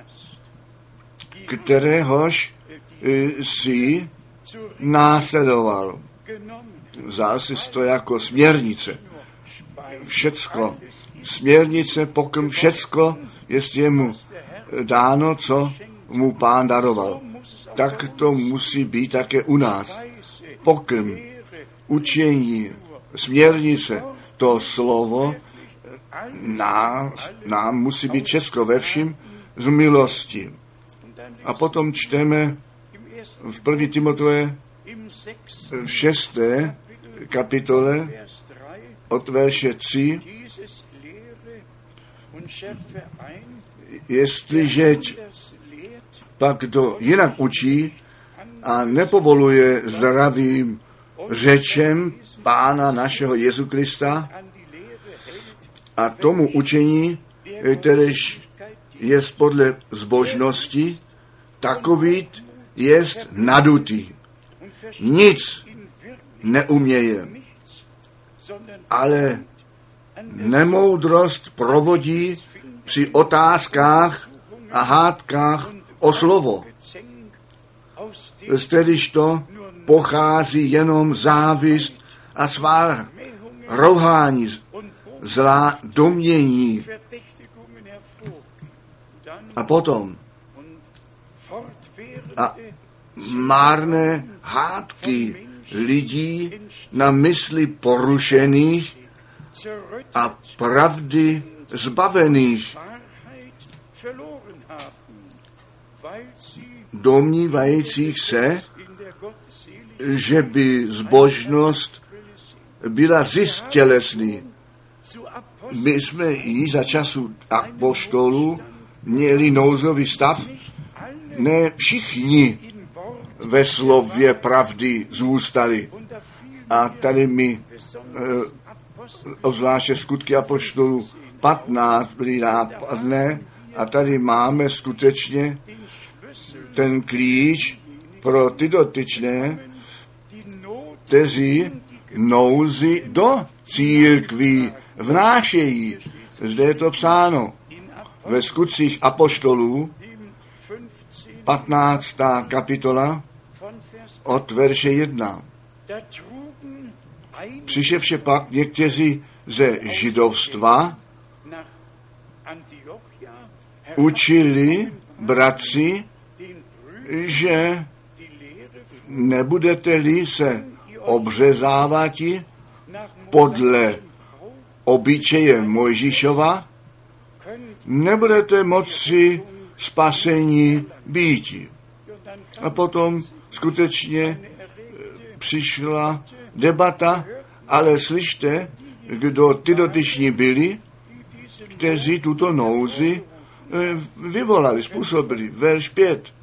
kteréhož si následoval. Vzal si to jako směrnice. Všecko, směrnice, pokrm, všecko jest jemu dáno, co mu Pán daroval. Tak to musí být také u nás. Pokrm, učení, směrnice, to slovo nám, nám musí být všecko ve vším z milosti. A potom čteme v první Timotové v šesté kapitole od verše tři, jestliže pak kdo jinak učí a nepovoluje zdravým řečem Pána našeho Jezu Krista a tomu učení, kteréž je podle zbožnosti, takový jest nadutý. Nic neuměje, ale nemoudrost provodí při otázkách a hádkách o slovo. Z kteréž to pochází jenom závist a svár, rouhání, zlá domnění. A potom a márné hádky lidí na mysli porušených a pravdy zbavených, domnívajících se, že by zbožnost byla zisk tělesný. My jsme již za času apoštolů měli nouzový stav, ne všichni ve slově pravdy zůstali. A tady mi e, obzvláště skutky apoštolů patnáct byly nápadné a tady máme skutečně ten klíč pro ty dotyčné, kteří nouzi do církví vnášejí. Zde je to psáno ve skutcích apoštolů, patnáctá kapitola od verše jedna. Přiševše pak někteří ze židovstva učili bratři, že nebudete-li se obřezávati podle obyčeje Mojžíšova, nebudete moci spasení býti. A potom skutečně přišla debata, ale slyšte, kdo ty dotyční byli, kteří tuto nouzi vyvolali, způsobili. Verš pět.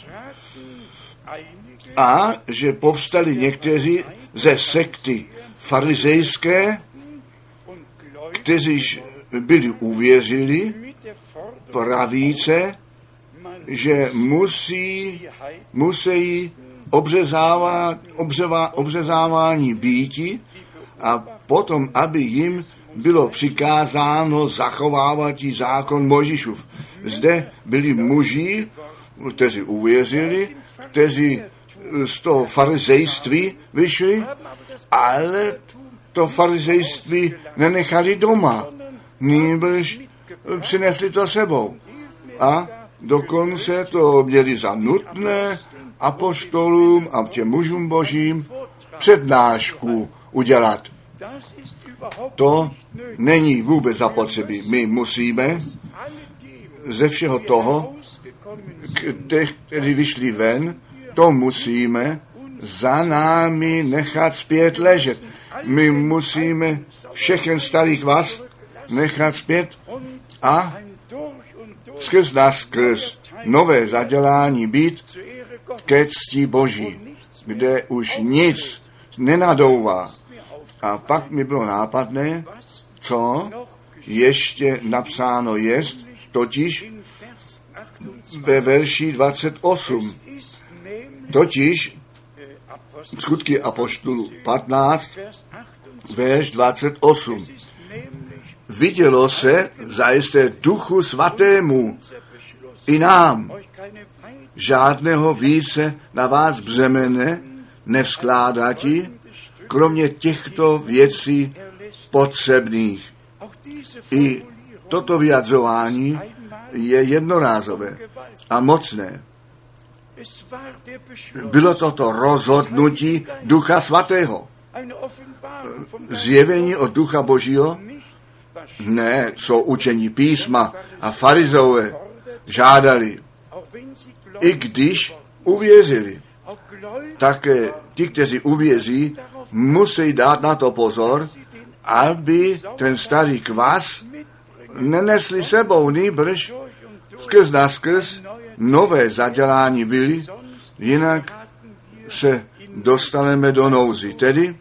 A že povstali někteří ze sekty farizejské, kteří byli uvěřili pravíce, že musí, musí obřezávat, obřeva, obřezávání býti a potom, aby jim bylo přikázáno zachovávat zákon Mojžíšův. Zde byli muži, kteří uvěřili, kteří z toho farizejství vyšli, ale to farizejství nenechali doma, nýbrž přinesli to sebou. A dokonce to měli za nutné apoštolům a těm mužům božím přednášku udělat. To není vůbec zapotřebí. My musíme ze všeho toho, těch, kteří vyšli ven, to musíme za námi nechat zpět ležet. My musíme všechen starý kvas nechat zpět a skrz nás, skrz nové zadělání být ke cti Boží, kde už nic nenadouvá. A pak mi bylo nápadné, co ještě napsáno jest, totiž ve verši dvacet osm. Totiž Skutky apoštolů patnáct, verš dvacet osm. Vidělo se zajisté Duchu Svatému i nám žádného více na vás břemene nevskládatí, kromě těchto věcí potřebných. I toto vyjadřování je jednorázové a mocné. Bylo toto rozhodnutí Ducha Svatého. Zjevení od Ducha Božího? Ne, co učení písma a farizové žádali. I když uvěřili. Také ti, kteří uvěří, musí dát na to pozor, aby ten starý kvas nenesli sebou, nýbrž skrz naskrz nové zadělání byli, jinak se dostaneme do nouzy. Tedy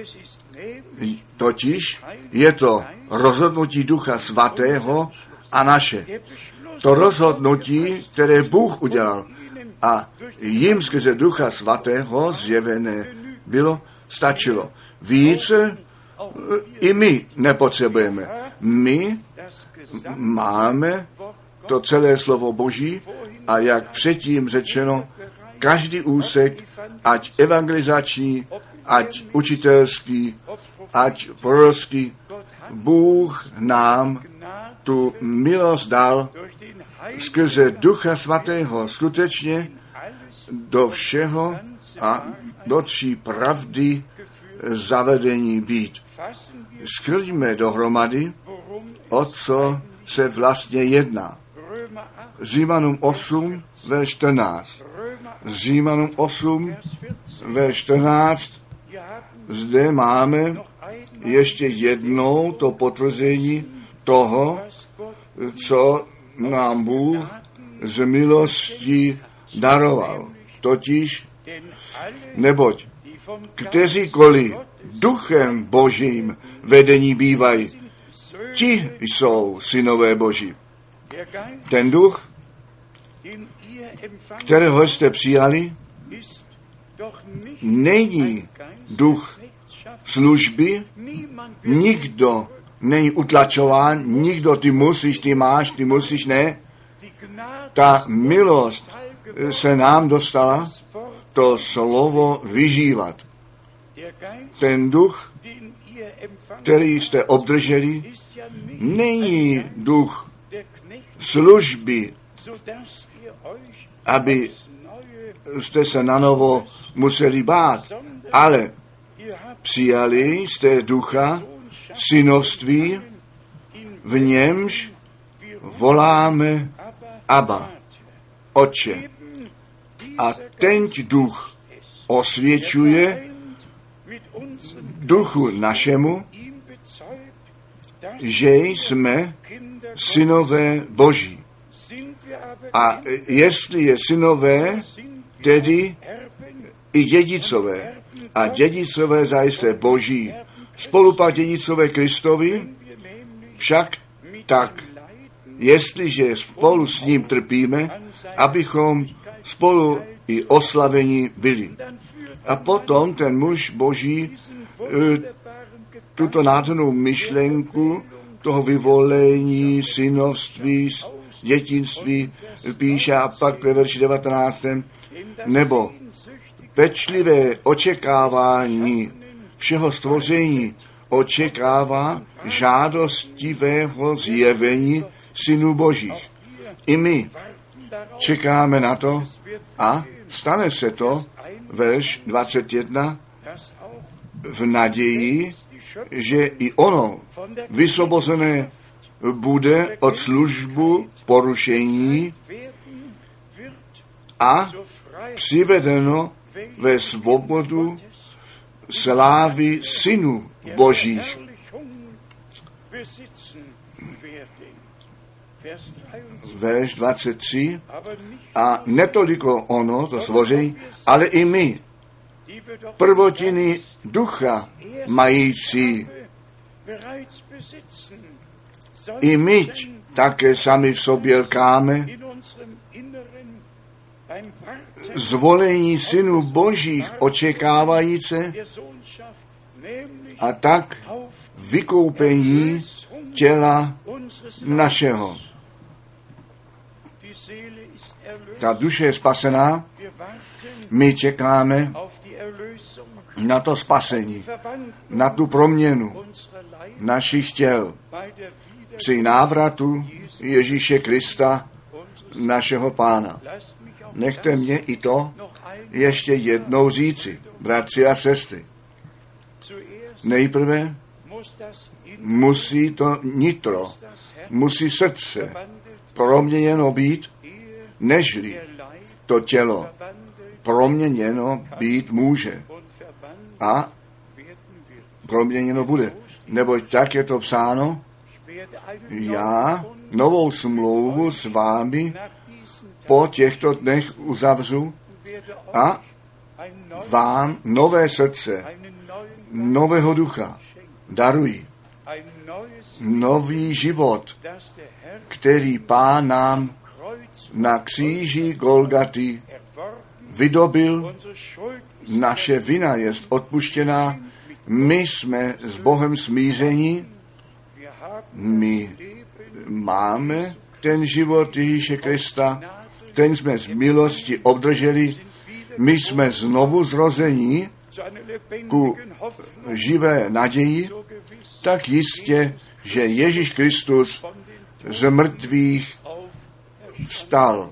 totiž je to rozhodnutí Ducha Svatého a naše. To rozhodnutí, které Bůh udělal a jim skrze Ducha Svatého zjevené bylo, stačilo. Více i my nepotřebujeme. My máme to celé slovo Boží a jak předtím řečeno, každý úsek, ať evangelizační, ať učitelský, ať prorocký, Bůh nám tu milost dal skrze Ducha Svatého skutečně do všeho a do tří pravdy zavedení být. Skrýme dohromady, o co se vlastně jedná. Římanům osm, verš čtrnáct. Římanům osm, verš čtrnáct. Zde máme ještě jednou to potvrzení toho, co nám Bůh z milosti daroval. Totiž, neboť kteříkoliv Duchem Božím vedení bývají, ti jsou synové Boží. Ten duch, kterého jste přijali, není duch služby, nikdo není utlačován, nikdo ty musíš, ty máš, ty musíš, ne. Ta milost se nám dostala to slovo vyžívat. Ten duch, který jste obdrželi, není duch služby, aby jste se na novo museli bát, ale přijali jste ducha synovství, v němž voláme Abba, Otče. A tenť duch osvědčuje duchu našemu, že jsme synové Boží. A jestli je synové, tedy i dědicové. A dědicové zajisté Boží. Spolupak dědicové Kristovi, však tak, jestliže spolu s ním trpíme, abychom spolu i oslavení byli. A potom ten muž Boží tuto nádhernou myšlenku toho vyvolení, synovství, dětinství píše a pak ve verši devatenáctém nebo pečlivé očekávání všeho stvoření očekává žádostivého zjevení synů božích. I my čekáme na to a stane se to, verš dvacet jedna, v naději, že i ono vysvobozené bude od službu porušení a přivedeno ve svobodu slávy synů božích. Verš dvacet tři. A netoliko ono, to stvoření, ale i my, prvotiny ducha mající, i my také sami v sobě lkáme zvolení synů božích očekávajíce a tak vykoupení těla našeho. Ta duše je spasená, my čekáme na to spasení, na tu proměnu našich těl při návratu Ježíše Krista, našeho Pána. Nechte mě i to ještě jednou říci, bratři a sestry. Nejprve musí to nitro, musí srdce proměněno být, nežli to tělo proměněno být může. A proměněno bude. Neboť tak je to psáno, já novou smlouvu s vámi po těchto dnech uzavřu a vám nové srdce, nového ducha daruji. Nový život, který Pán nám na kříži Golgaty vydobil, naše vina je odpuštěná, my jsme s Bohem smíření, my máme ten život Ježíše Krista, ten jsme z milosti obdrželi, my jsme znovu zrození ku živé naději, tak jistě, že Ježíš Kristus z mrtvých vstal.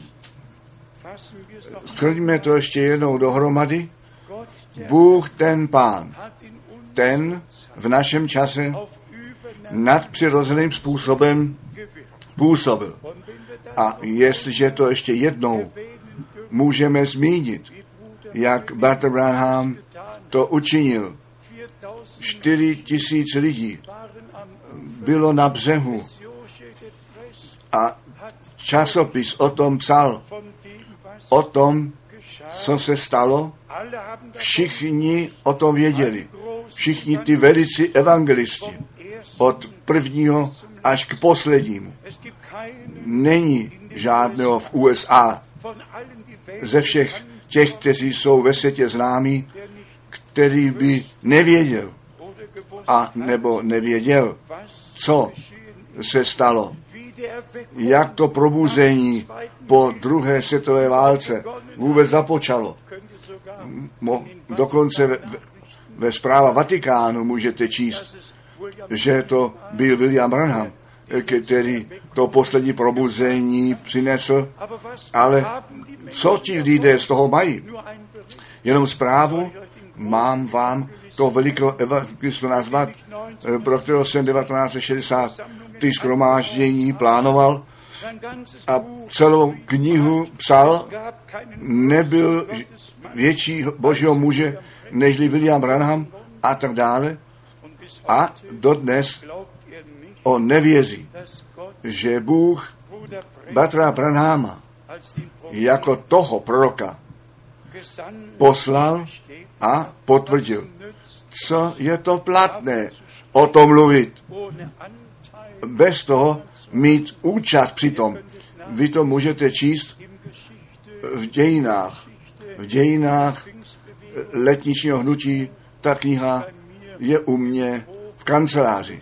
Shrňme to ještě jednou dohromady. Bůh ten Pán, ten v našem čase nadpřirozeným způsobem působil. A jestliže to ještě jednou můžeme zmínit, jak bratr Branham to učinil, čtyři tisíce lidí bylo na břehu a časopis o tom psal, o tom, co se stalo, všichni o tom věděli. Všichni ty velicí evangelisti, od prvního až k poslednímu. Není žádného v U S A ze všech těch, kteří jsou ve světě známí, který by nevěděl a nebo nevěděl, co se stalo. Jak to probuzení po druhé světové válce vůbec započalo. Mo, dokonce ve, ve zpráva Vatikánu můžete číst, že to byl William Branham, který to poslední probuzení přinesl. Ale co ti lidé z toho mají? Jenom zprávu, mám vám to velikého evangelistu nazvat, pro kterého jsem devatenáct set šedesát ty shromáždění plánoval a celou knihu psal, nebyl větší božího muže nežli William Branham a tak dále. A dodnes on nevěří, že Bůh bratra Branhama jako toho proroka poslal a potvrdil. Co je to platné o tom mluvit? Bez toho mít účast při tom. Vy to můžete číst v dějinách. V dějinách letničního hnutí ta kniha je u mě v kanceláři.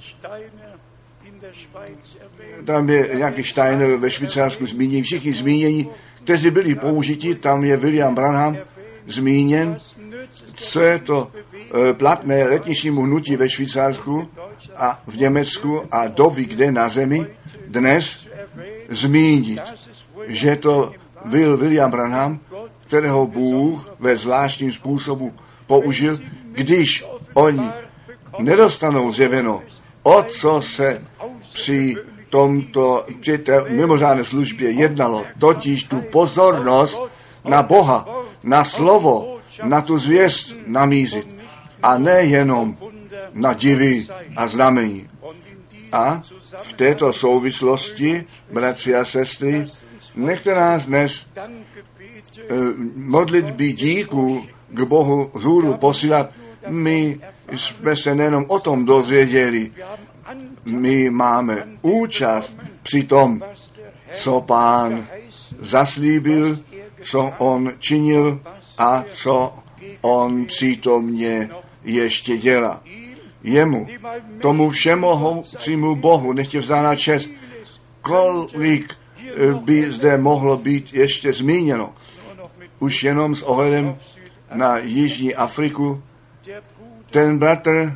Tam je nějaký Steiner ve Švýcarsku zmíněný, všichni zmíněni, kteří byli použiti, tam je William Branham zmíněn, co je to e, platné letničnímu hnutí ve Švýcarsku a v Německu a doví kde na zemi, dnes zmínit, že to byl William Branham, kterého Bůh ve zvláštním způsobu použil, když oni nedostanou zjeveno, o co se při tomto, při té mimořádné službě jednalo, totiž tu pozornost na Boha, na slovo, na tu zvěst namířit a nejenom na divy a znamení. A v této souvislosti, bratři a sestry, nechte nás dnes eh, modlitby díku k Bohu zhůru posílat. My jsme se nejenom o tom dozvěděli, my máme účast při tom, co Pán zaslíbil, co on činil a co on přítomně ještě dělá. Jemu, tomu všemohoucímu Bohu, nechtě vzána čest, kolik by zde mohlo být ještě zmíněno. Už jenom s ohledem na Jižní Afriku, ten bratr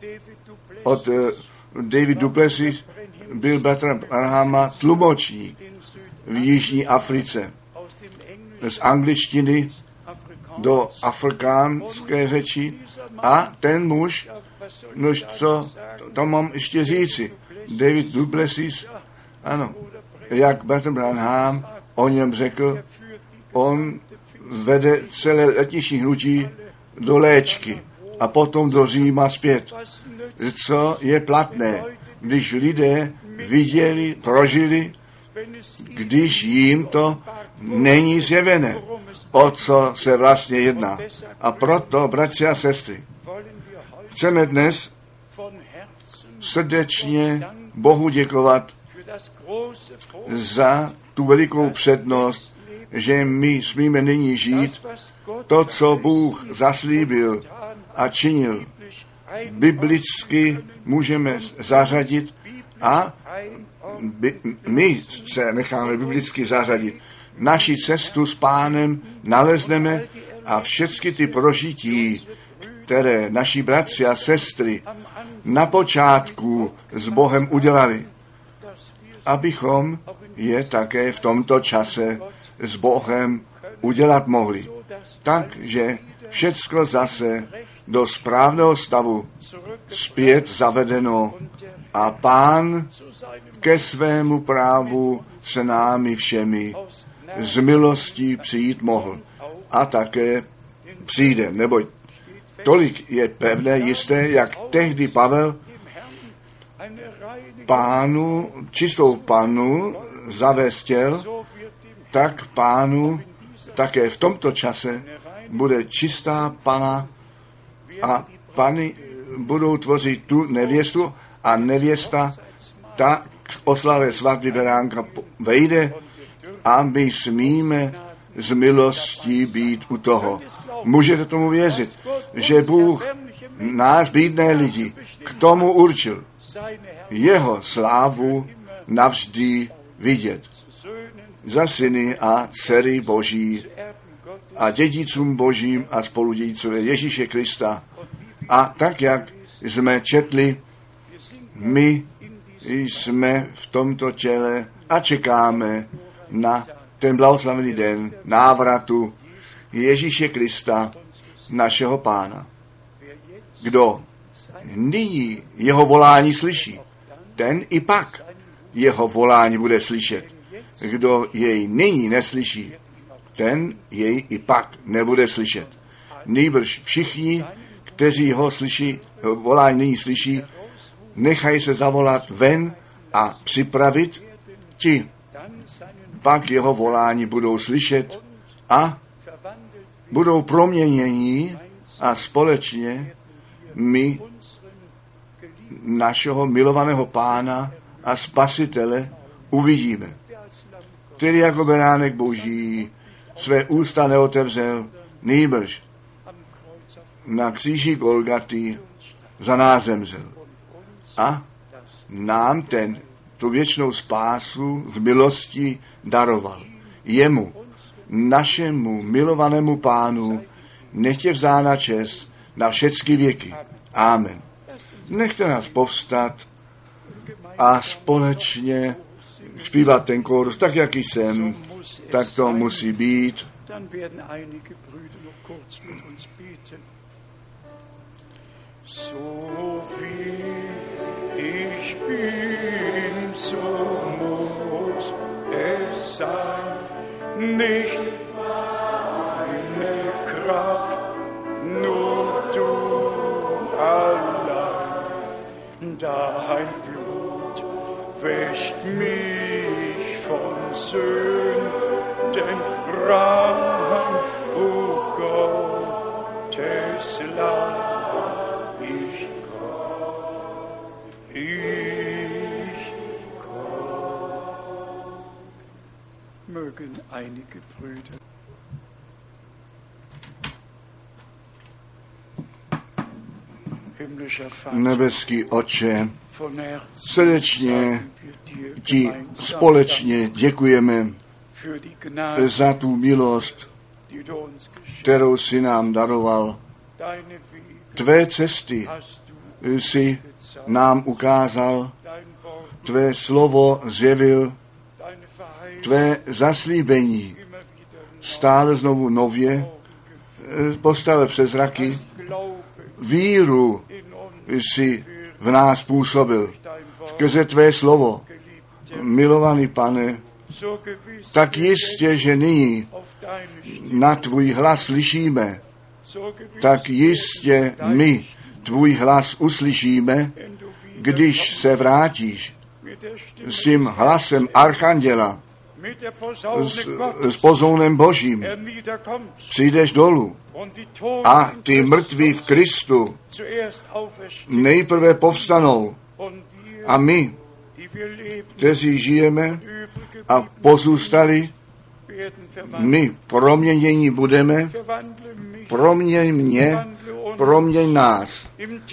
od David Duplessis byl bratr Branhama tlumočník v Jižní Africe z angličtiny do afrikánské řeči a ten muž, nož co, to mám ještě říci, David Duplessis, ano, jak bratr Branham o něm řekl, on vede celé letniční hnutí do Léčky a potom do Říma zpět. Co je platné, když lidé viděli, prožili, když jim to není zjevené, o co se vlastně jedná. A proto, bratři a sestry, chceme dnes srdečně Bohu děkovat za tu velikou přednost, že my smíme nyní žít to, co Bůh zaslíbil a činil. Biblicky můžeme zařadit a by, my se necháme biblicky zařadit. Naši cestu s Pánem nalezneme a všechny ty prožití, které naši bratři a sestry na počátku s Bohem udělali, abychom je také v tomto čase s Bohem udělat mohli. Takže všecko zase do správného stavu zpět zavedeno a Pán ke svému právu se námi všemi z milostí přijít mohl. A také přijde, neboť tolik je pevné, jisté, jak tehdy Pavel Pánu, čistou Panu zavést chtěl, tak Pánu také v tomto čase bude čistá Pana a Pany budou tvořit tu nevěstu a nevěsta ta k oslavě svatby beránka vejde a my smíme z milostí být u toho. Můžete tomu věřit, že Bůh nás bídné lidi k tomu určil jeho slávu navždy vidět. Za syny a dcery Boží a dědicům Božím a spoludědicům Ježíše Krista. A tak, jak jsme četli, my jsme v tomto těle a čekáme na ten blahoslavený den návratu Ježíše Krista, našeho Pána. Kdo nyní jeho volání slyší, ten i pak jeho volání bude slyšet. Kdo jej nyní neslyší, ten jej i pak nebude slyšet. Nýbrž všichni, kteří ho slyší, volání nyní slyší, nechají se zavolat ven a připravit, ti pak jeho volání budou slyšet a budou proměnění a společně my našeho milovaného Pána a Spasitele uvidíme, který jako beránek Boží své ústa neotevřel, nýbrž na kříži Golgaty za nás zemřel. A nám ten, tu věčnou spásu z milosti daroval. Jemu, našemu milovanému Pánu, nech je vzána čest na všechny věky. Amen. Nechte nás povstat a společně zpívat ten kórus, tak jak jsem, tak to musí být. So wie ich bin, so muss es sein, nicht meine Kraft, nur du allein. Dein Blut wäscht mich von Sünden rein, o Gottes Lamm. Ich komm. Mögen einige Brüder Nebeský Otče, srdečně ti společně děkujeme za tu milost, kterou jsi nám daroval. Tvé cesty jsi nám ukázal, tvé slovo zjevil, tvé zaslíbení stále znovu nově postavil přes zraky. Víru jsi v nás působil skrze tvé slovo. Milovaný Pane, tak jistě, že nyní na tvůj hlas slyšíme, tak jistě my tvůj hlas uslyšíme, když se vrátíš s tím hlasem archanděla, s, s pozounem Božím. Přijdeš dolů a ty mrtví v Kristu nejprve povstanou a my, kteří žijeme a pozůstali, my proměnění budeme, proměň mě, proměň nás.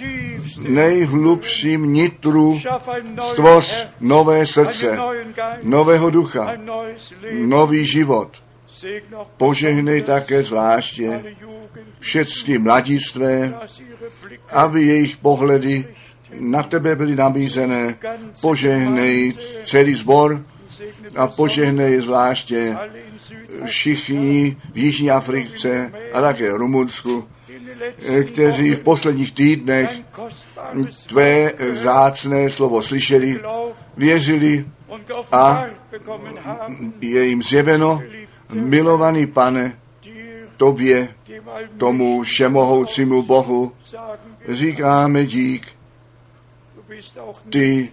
Nejhlubším nitru stvoř nové srdce, nového ducha, nový život. Požehnej také zvláště všechny mladistvé, aby jejich pohledy na tebe byly nabízené. Požehnej celý sbor a požehnej zvláště všichni v Jižní Africe a také Rumunsku, kteří v posledních týdnech tvé vzácné slovo slyšeli, věřili a je jim zjeveno. Milovaný Pane, tobě, tomu všemohoucímu Bohu, říkáme dík. Ty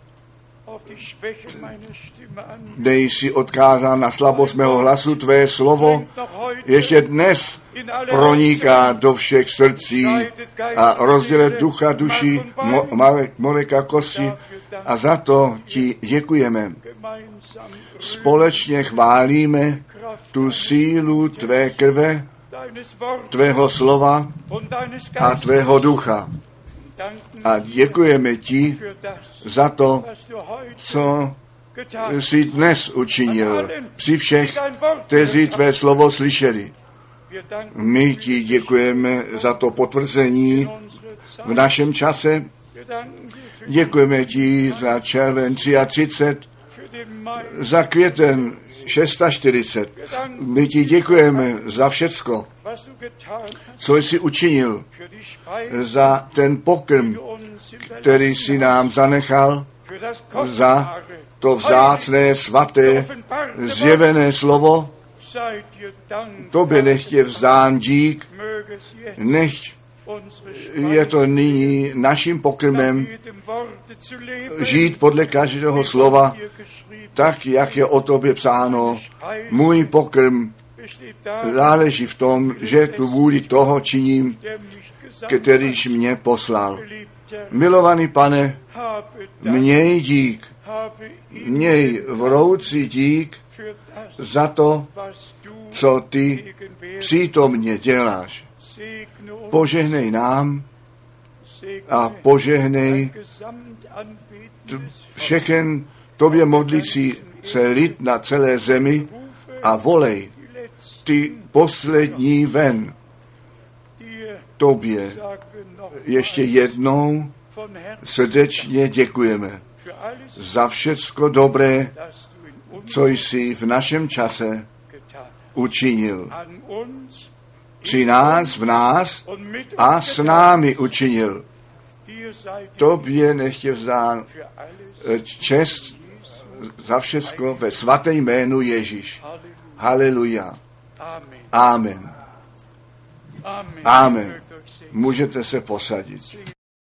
nejsi odkázán na slabost mého hlasu, tvé slovo ještě dnes proniká do všech srdcí a rozděle ducha, duši, mo- moleka, kosti a za to ti děkujeme. Společně chválíme tu sílu tvé krve, tvého slova a tvého ducha. A děkujeme ti za to, co jsi dnes učinil při všech, kteří tvé slovo slyšeli. My ti děkujeme za to potvrzení v našem čase. Děkujeme ti za červen třicet tři, za květen čtyřicet šest. My ti děkujeme za všecko, co jsi učinil, za ten pokrm, který jsi nám zanechal, za to vzácné, svaté, zjevené slovo. Tobě nech je vzdán dík, nech je to nyní naším pokrmem žít podle každého slova, tak, jak je o tobě psáno. Můj pokrm záleží v tom, že tu vůli toho činím, kterýž mě poslal. Milovaný Pane, měj dík, měj vroucí dík za to, co ty přítomně děláš. Požehnej nám a požehnej všechen tobě modlící se lid na celé zemi a volej ty poslední ven. tobě ještě jednou srdečně děkujeme za všecko dobré, co jsi v našem čase učinil. Při nás, v nás a s námi učinil. Tobě nechtě vzdán čest za všecko ve svaté jménu Ježíš. Haleluja. Amen. Amen. Můžete se posadit.